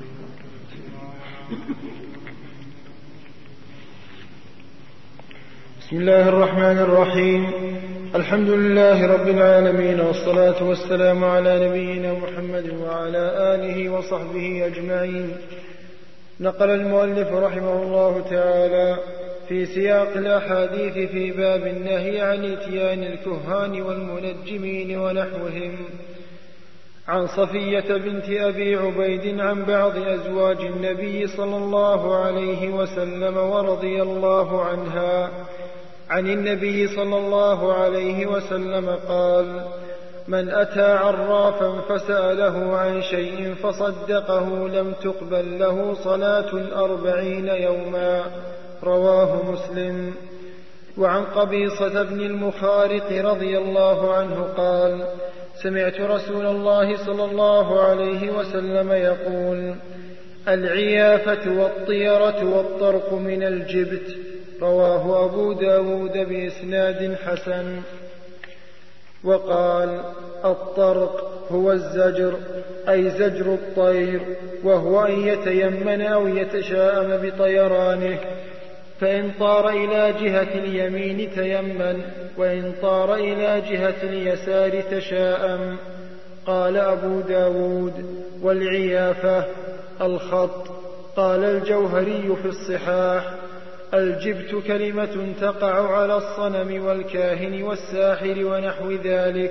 بسم الله الرحمن الرحيم. الحمد لله رب العالمين، والصلاة والسلام على نبينا محمد وعلى آله وصحبه أجمعين. نقل المؤلف رحمه الله تعالى في سياق الأحاديث في باب النهي عن إتيان الكهان والمنجمين ونحوهم عن صفية بنت أبي عبيد عن بعض أزواج النبي صلى الله عليه وسلم ورضي الله عنها عن النبي صلى الله عليه وسلم قال: من أتى عرافا فسأله عن شيء فصدقه لم تقبل له صلاة 40 يوما. رواه مسلم. وعن قبيصة بن المخارق رضي الله عنه قال: سمعت رسول الله صلى الله عليه وسلم يقول: العيافة والطيرة والطرق من الجبت. رواه أبو داود بإسناد حسن. وقال: الطرق هو الزجر، أي زجر الطير، وهو أن يتيمن أو يتشاءم بطيرانه، فإن طار إلى جهة اليمين تيمن، وإن طار إلى جهة اليسار تشاءم. قال أبو داود: والعيافة الخط. قال الجوهري في الصحاح: الجبت كلمة تقع على الصنم والكاهن والساحر ونحو ذلك.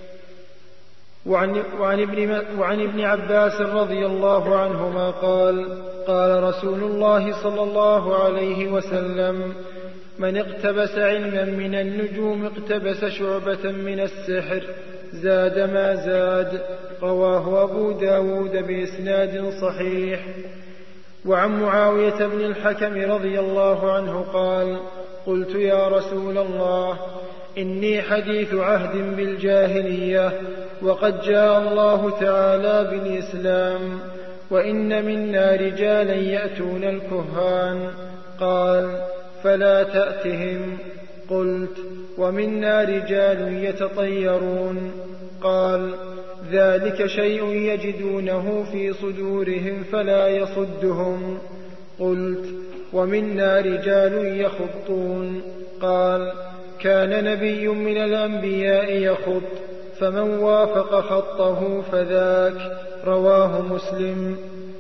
وعن ابن عباس رضي الله عنهما قال: قال رسول الله صلى الله عليه وسلم: من اقتبس علما من النجوم اقتبس شعبة من السحر، زاد ما زاد. رواه أبو داود بإسناد صحيح. وعن معاوية بن الحكم رضي الله عنه قال: قلت يا رسول الله، إني حديث عهد بالجاهلية، وقد جاء الله تعالى بالإسلام، وإن منا رجالا يأتون الكهان. قال: فلا تأتهم. قلت: ومنا رجال يتطيرون. قال: ذلك شيء يجدونه في صدورهم فلا يصدهم. قلت: ومنا رجال يخطون. قال: كان نبي من الأنبياء يخط، فمن وافق خطه فذاك. رواه مسلم.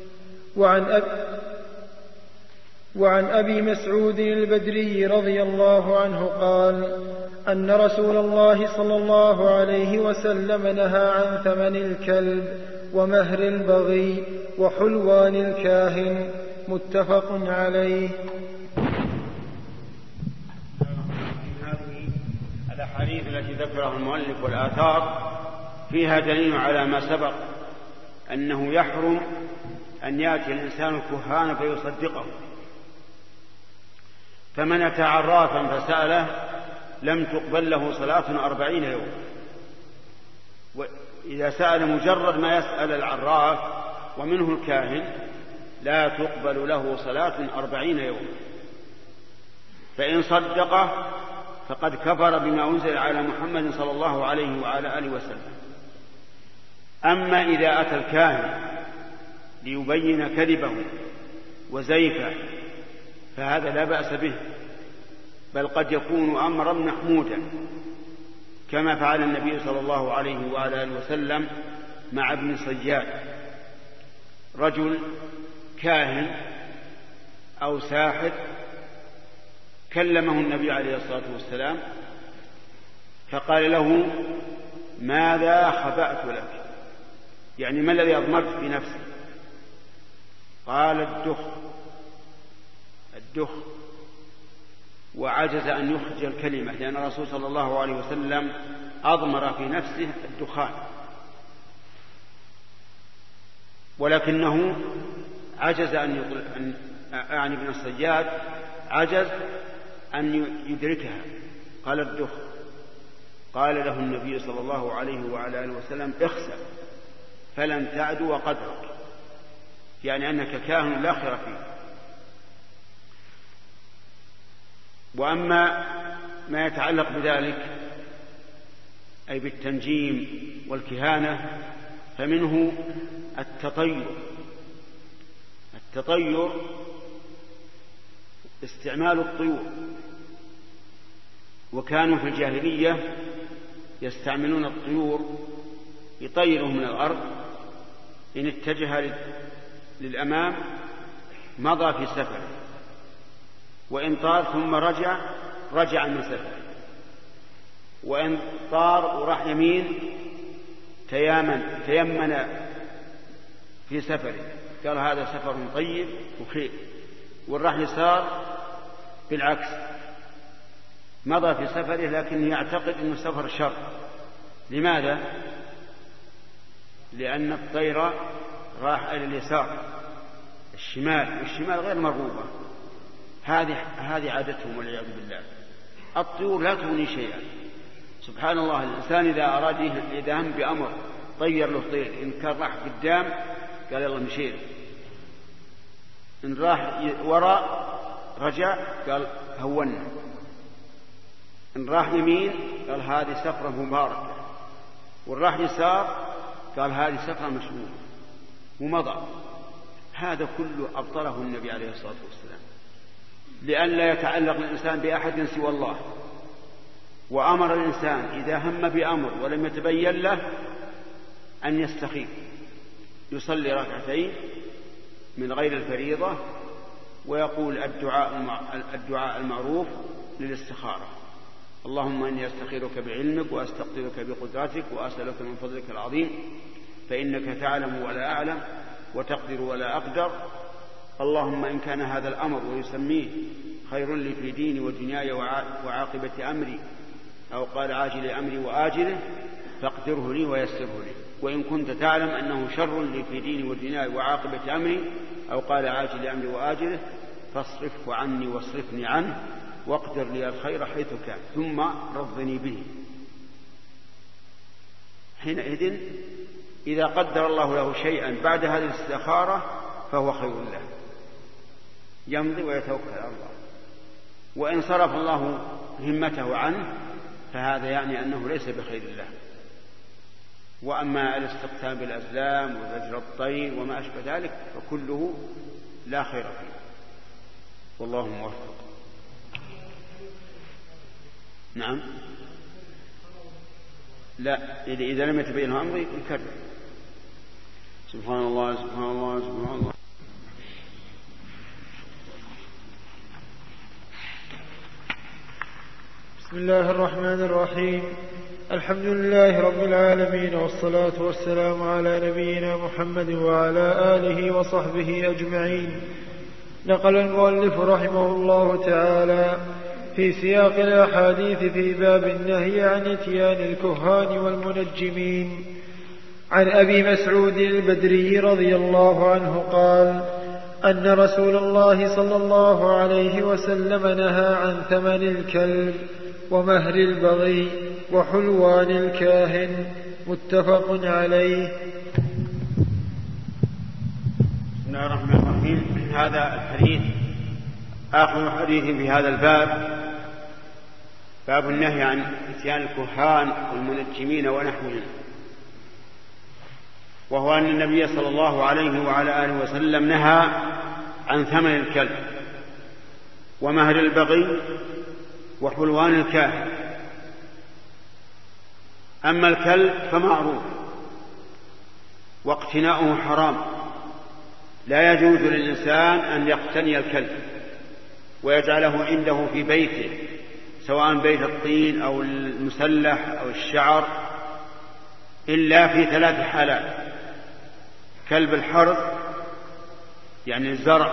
وعن أبي مسعود البدري رضي الله عنه قال: أن رسول الله صلى الله عليه وسلم نهى عن ثمن الكلب ومهر البغي وحلوان الكاهن. متفق عليه. هذه الأحاديث التي ذكرها المؤلف والآثار فيها دليل على ما سبق، أنه يحرم أن يأتي الإنسان الكهان فيصدقه. فمن أتى عرافا فسأله لم تقبل له صلاة 40 يوم. وإذا سأل مجرد ما يسأل العراف ومنه الكاهن لا تقبل له صلاة 40 يوم. فإن صدقه فقد كفر بما أنزل على محمد صلى الله عليه وعلى آله وسلم. أما إذا أتى الكاهن ليبين كذبه وزيفه فهذا لا بأس به، بل قد يكون أمرا محمودا. كما فعل النبي صلى الله عليه وعلى آله وسلم مع ابن صياد. رجل كاهن أو ساحر كلمه النبي عليه الصلاة والسلام فقال له: ماذا خبأت لك؟ يعني ما الذي أضمرت في نفسك؟ قال: الدخ، وعجز أن يخرج الكلمة، لأن الرسول صلى الله عليه وسلم أضمر في نفسه الدخان، ولكنه عجز أعني ابن الصياد عجز أن يدركها. قال: الدخ. قال له النبي صلى الله عليه وعلى آله وسلم: اخسأ فلن تعدو قدرك، يعني أنك كاهن لا خير فيه. وأما ما يتعلق بذلك أي بالتنجيم والكهانة فمنه التطير استعمال الطيور، وكانوا في الجاهلية يستعملون الطيور يطيروا من الأرض، إن اتجه للأمام مضى في سفره، وإن طار ثم رجع من سفره، وإن طار وراح يمين تيمن في سفره، قال هذا سفر طيب وخير، والراح يسار بالعكس مضى في سفره لكن يعتقد أنه سفر شر. لماذا؟ لأن الطير راح إلى اليسار الشمال، والشمال غير مرغوبة. هذه عادتهم والعياذ بالله. الطيور لا تغني شيئا. سبحان الله، الإنسان إذا أراد يدهم بأمر طير له طير، إن كان راح قدام قال يلا مشينا، إن راح وراء رجع قال هونا، إن راح يمين قال هذه سفرة مباركة، وإن راح يسار قال هذه سفرة مشمولة، ومضى. هذا كله أبطله النبي عليه الصلاة والسلام لئلا يتعلق الإنسان بأحد سوى الله. وأمر الإنسان إذا هم بأمر ولم يتبين له أن يستخير، يصلي ركعتين من غير الفريضة، ويقول الدعاء المعروف للاستخارة: اللهم إني أستخيرك بعلمك وأستقدرك بقدرتك وأسألك من فضلك العظيم، فإنك تعلم ولا أعلم وتقدر ولا أقدر. اللهم إن كان هذا الأمر ويسميه خير لي في ديني ودنياي وعاقبة أمري، أو قال عاجل أمري وآجله، فاقدره لي ويسره لي. وإن كنت تعلم أنه شر لي في ديني ودنياي وعاقبة أمري، أو قال عاجل أمري وآجله، فاصرفه عني واصرفني عنه، واقدر لي الخير حيث كان، ثم رضني به. حينئذ إذا قدر الله له شيئا بعد هذه الاستخارة فهو خير له، يمضي ويتوكل على الله. وإن صرف الله همته عنه فهذا يعني أنه ليس بخير الله. وأما الاستقسام بالأزلام وزجر الطير وما أشبه ذلك فكله لا خير فيه، والله موفق. نعم، لا، إذا لم يتبين أمره يكرر. سبحان الله سبحان الله سبحان الله. بسم الله الرحمن الرحيم. الحمد لله رب العالمين، والصلاة والسلام على نبينا محمد وعلى آله وصحبه أجمعين. نقل المؤلف رحمه الله تعالى في سياق الأحاديث في باب النهي عن إتيان الكهان والمنجمين عن أبي مسعود البدري رضي الله عنه قال: أن رسول الله صلى الله عليه وسلم نهى عن ثمن الكلب ومهر البغي وحلوان الكاهن، متفق عليه. بسم الله الرحمن الرحيم. هذا الحديث آخر حديث في هذا الباب، باب النهي عن إتيان الكهان والمنجمين ونحوهم، وهو أن النبي صلى الله عليه وعلى آله وسلم نهى عن ثمن الكلب ومهر البغي وحلوان الكاهن. أما الكلب فمعروف واقتناؤه حرام، لا يجوز للإنسان أن يقتني الكلب ويجعله عنده في بيته، سواء بيت الطين أو المسلح أو الشعر، إلا في 3 حالات: كلب الحرث يعني الزرع،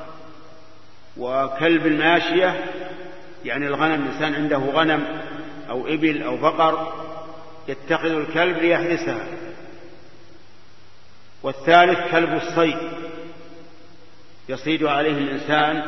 وكلب الماشية يعني الغنم، الإنسان عنده غنم أو إبل أو بقر يتخذ الكلب ليحرسها، والثالث كلب الصيد يصيد عليه الإنسان،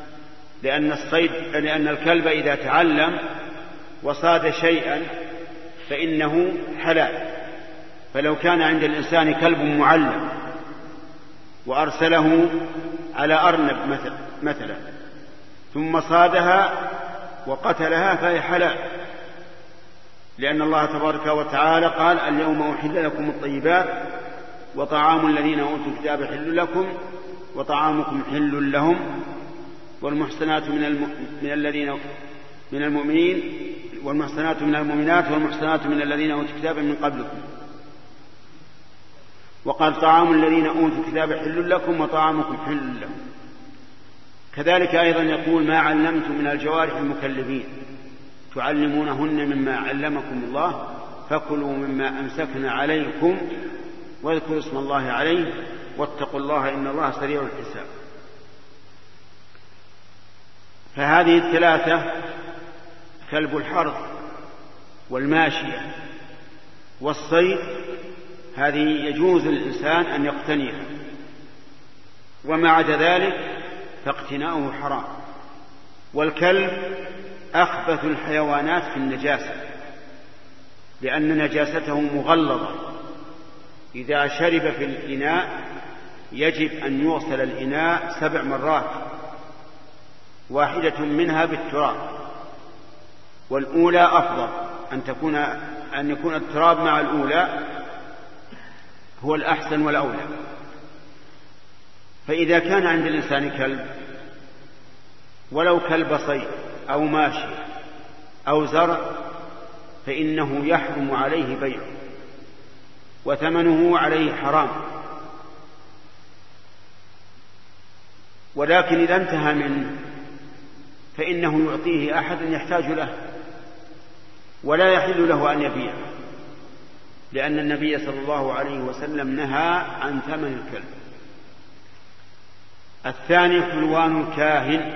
لأن الكلب إذا تعلم وصاد شيئا فإنه حلال. فلو كان عند الإنسان كلب معلم وأرسله على أرنب مثلا ثم صادها وقتلها فهي حلال، لأن الله تبارك وتعالى قال: اليوم أحل لكم الطيبات وطعام الذين أوتوا الكتاب حل لكم وطعامكم حل لهم والمحصنات من المؤمنين والمحصنات من المؤمنات والمحصنات من الذين أوتوا الكتاب من قبلكم. وقال: طعام الذين أوتوا الكتاب حل لكم وطعامكم حل لهم. كذلك أيضا يقول: ما علمتم من الجوارح المكلبين تعلمونهن مما علمكم الله فكلوا مما أمسكن عليكم واذكروا اسم الله عليه واتقوا الله إن الله سريع الحساب. فهذه 3: كلب الحرث والماشية والصيد، هذه يجوز للإنسان أن يقتنيها، وما عدا ذلك فاقتناؤه حرام. والكلب أخبث الحيوانات في النجاسة، لأن نجاسته مغلظة، إذا شرب في الإناء يجب أن يغسل الإناء 7 مرات، واحدة منها بالتراب، والأولى أفضل، أن يكون التراب مع الأولى هو الأحسن والأولى. فإذا كان عند الإنسان كلب ولو كلب صيد أو ماشي أو زرع فإنه يحرم عليه بيعه وثمنه عليه حرام. ولكن إذا انتهى منه فإنه يعطيه أحد يحتاج له، ولا يحل له أن يبيعه، لأن النبي صلى الله عليه وسلم نهى عن ثمن الكلب. الثاني حلوان الكاهن.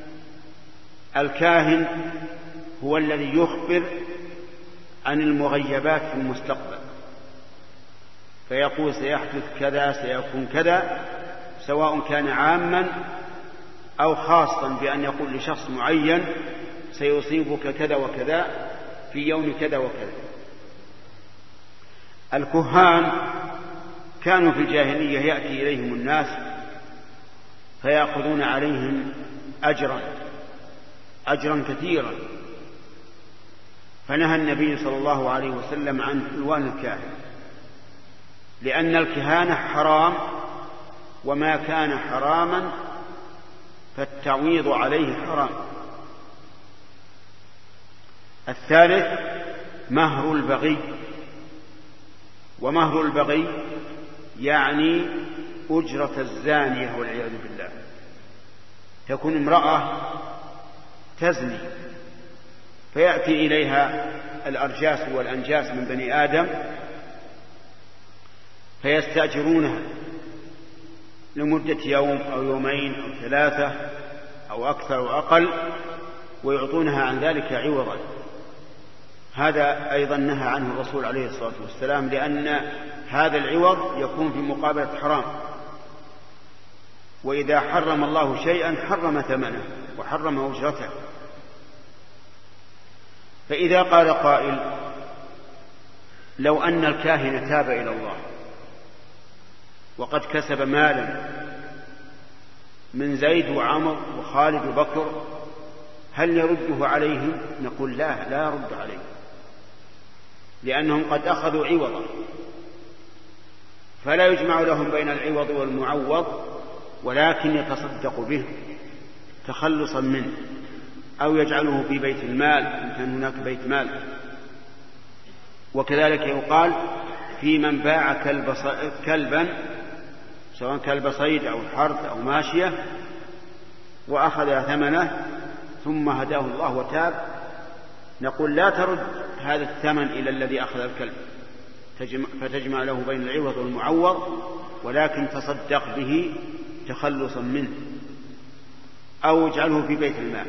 الكاهن هو الذي يخبر عن المغيبات في المستقبل، فيقول سيحدث كذا سيكون كذا، سواء كان عاما أو خاصا، بأن يقول لشخص معين سيصيبك كذا وكذا في يوم كذا وكذا. الكهان كانوا في الجاهلية يأتي إليهم الناس فيأخذون عليهم أجرا كثيرا، فنهى النبي صلى الله عليه وسلم عن حلوان الكاهن، لأن الكهانة حرام، وما كان حراما فالتعويض عليه حرام. الثالث مهر البغي. ومهر البغي يعني أجرة الزانية والعياذ بالله. تكون امرأة تزني فيأتي إليها الأرجاس والأنجاس من بني آدم فيستأجرونها لمدة يوم أو يومين أو 3 أو أكثر أو أقل، ويعطونها عن ذلك عوضا. هذا أيضا نهى عنه الرسول عليه الصلاة والسلام، لأن هذا العوض يكون في مقابلة حرام، وإذا حرم الله شيئا حرم ثمنه وحرم أجرته. فإذا قال قائل: لو أن الكاهن تاب إلى الله وقد كسب مالا من زيد وعمر وخالد وبكر، هل يرده عليهم؟ نقول: لا يرد عليهم، لأنهم قد أخذوا عوضا، فلا يجمع لهم بين العوض والمعوض، ولكن يتصدق به تخلصا منه، أو يجعله في بيت المال إن كان هناك بيت مال. وكذلك يقال في من باع كلبا سواء كلب صيد أو حرث أو ماشية وأخذ ثمنه ثم هداه الله وتاب، نقول لا ترد هذا الثمن إلى الذي أخذ الكلب فتجمع له بين العوض والمعوض، ولكن تصدق به تخلصا منه أو اجعله في بيت المال.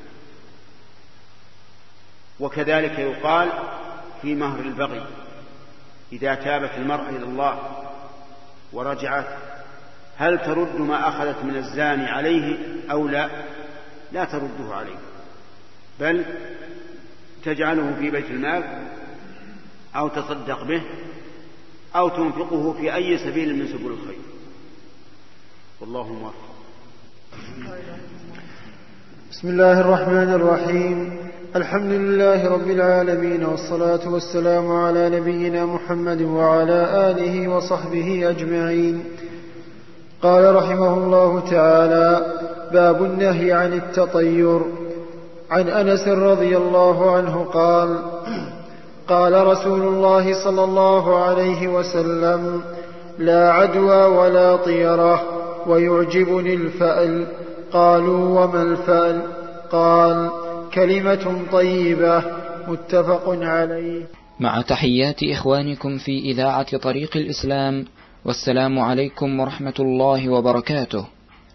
وكذلك يقال في مهر البغي إذا تابت المرأة إلى الله ورجعت هل ترد ما أخذت من الزاني عليه أو لا؟ لا ترده عليه، بل تجعله في بيت المال أو تصدق به أو تنفقه في أي سبيل من سبل الخير، والله موفق. بسم الله الرحمن الرحيم. الحمد لله رب العالمين، والصلاة والسلام على نبينا محمد وعلى آله وصحبه أجمعين. قال رحمه الله تعالى: باب النهي عن التطير. عن أنس رضي الله عنه قال: قال رسول الله صلى الله عليه وسلم: لا عدوى ولا طيرة، ويعجبني الفأل. قالوا: وما الفأل؟ قال: كلمة طيبة. متفق عليه. مع تحيات إخوانكم في إذاعة طريق الإسلام، والسلام عليكم ورحمة الله وبركاته.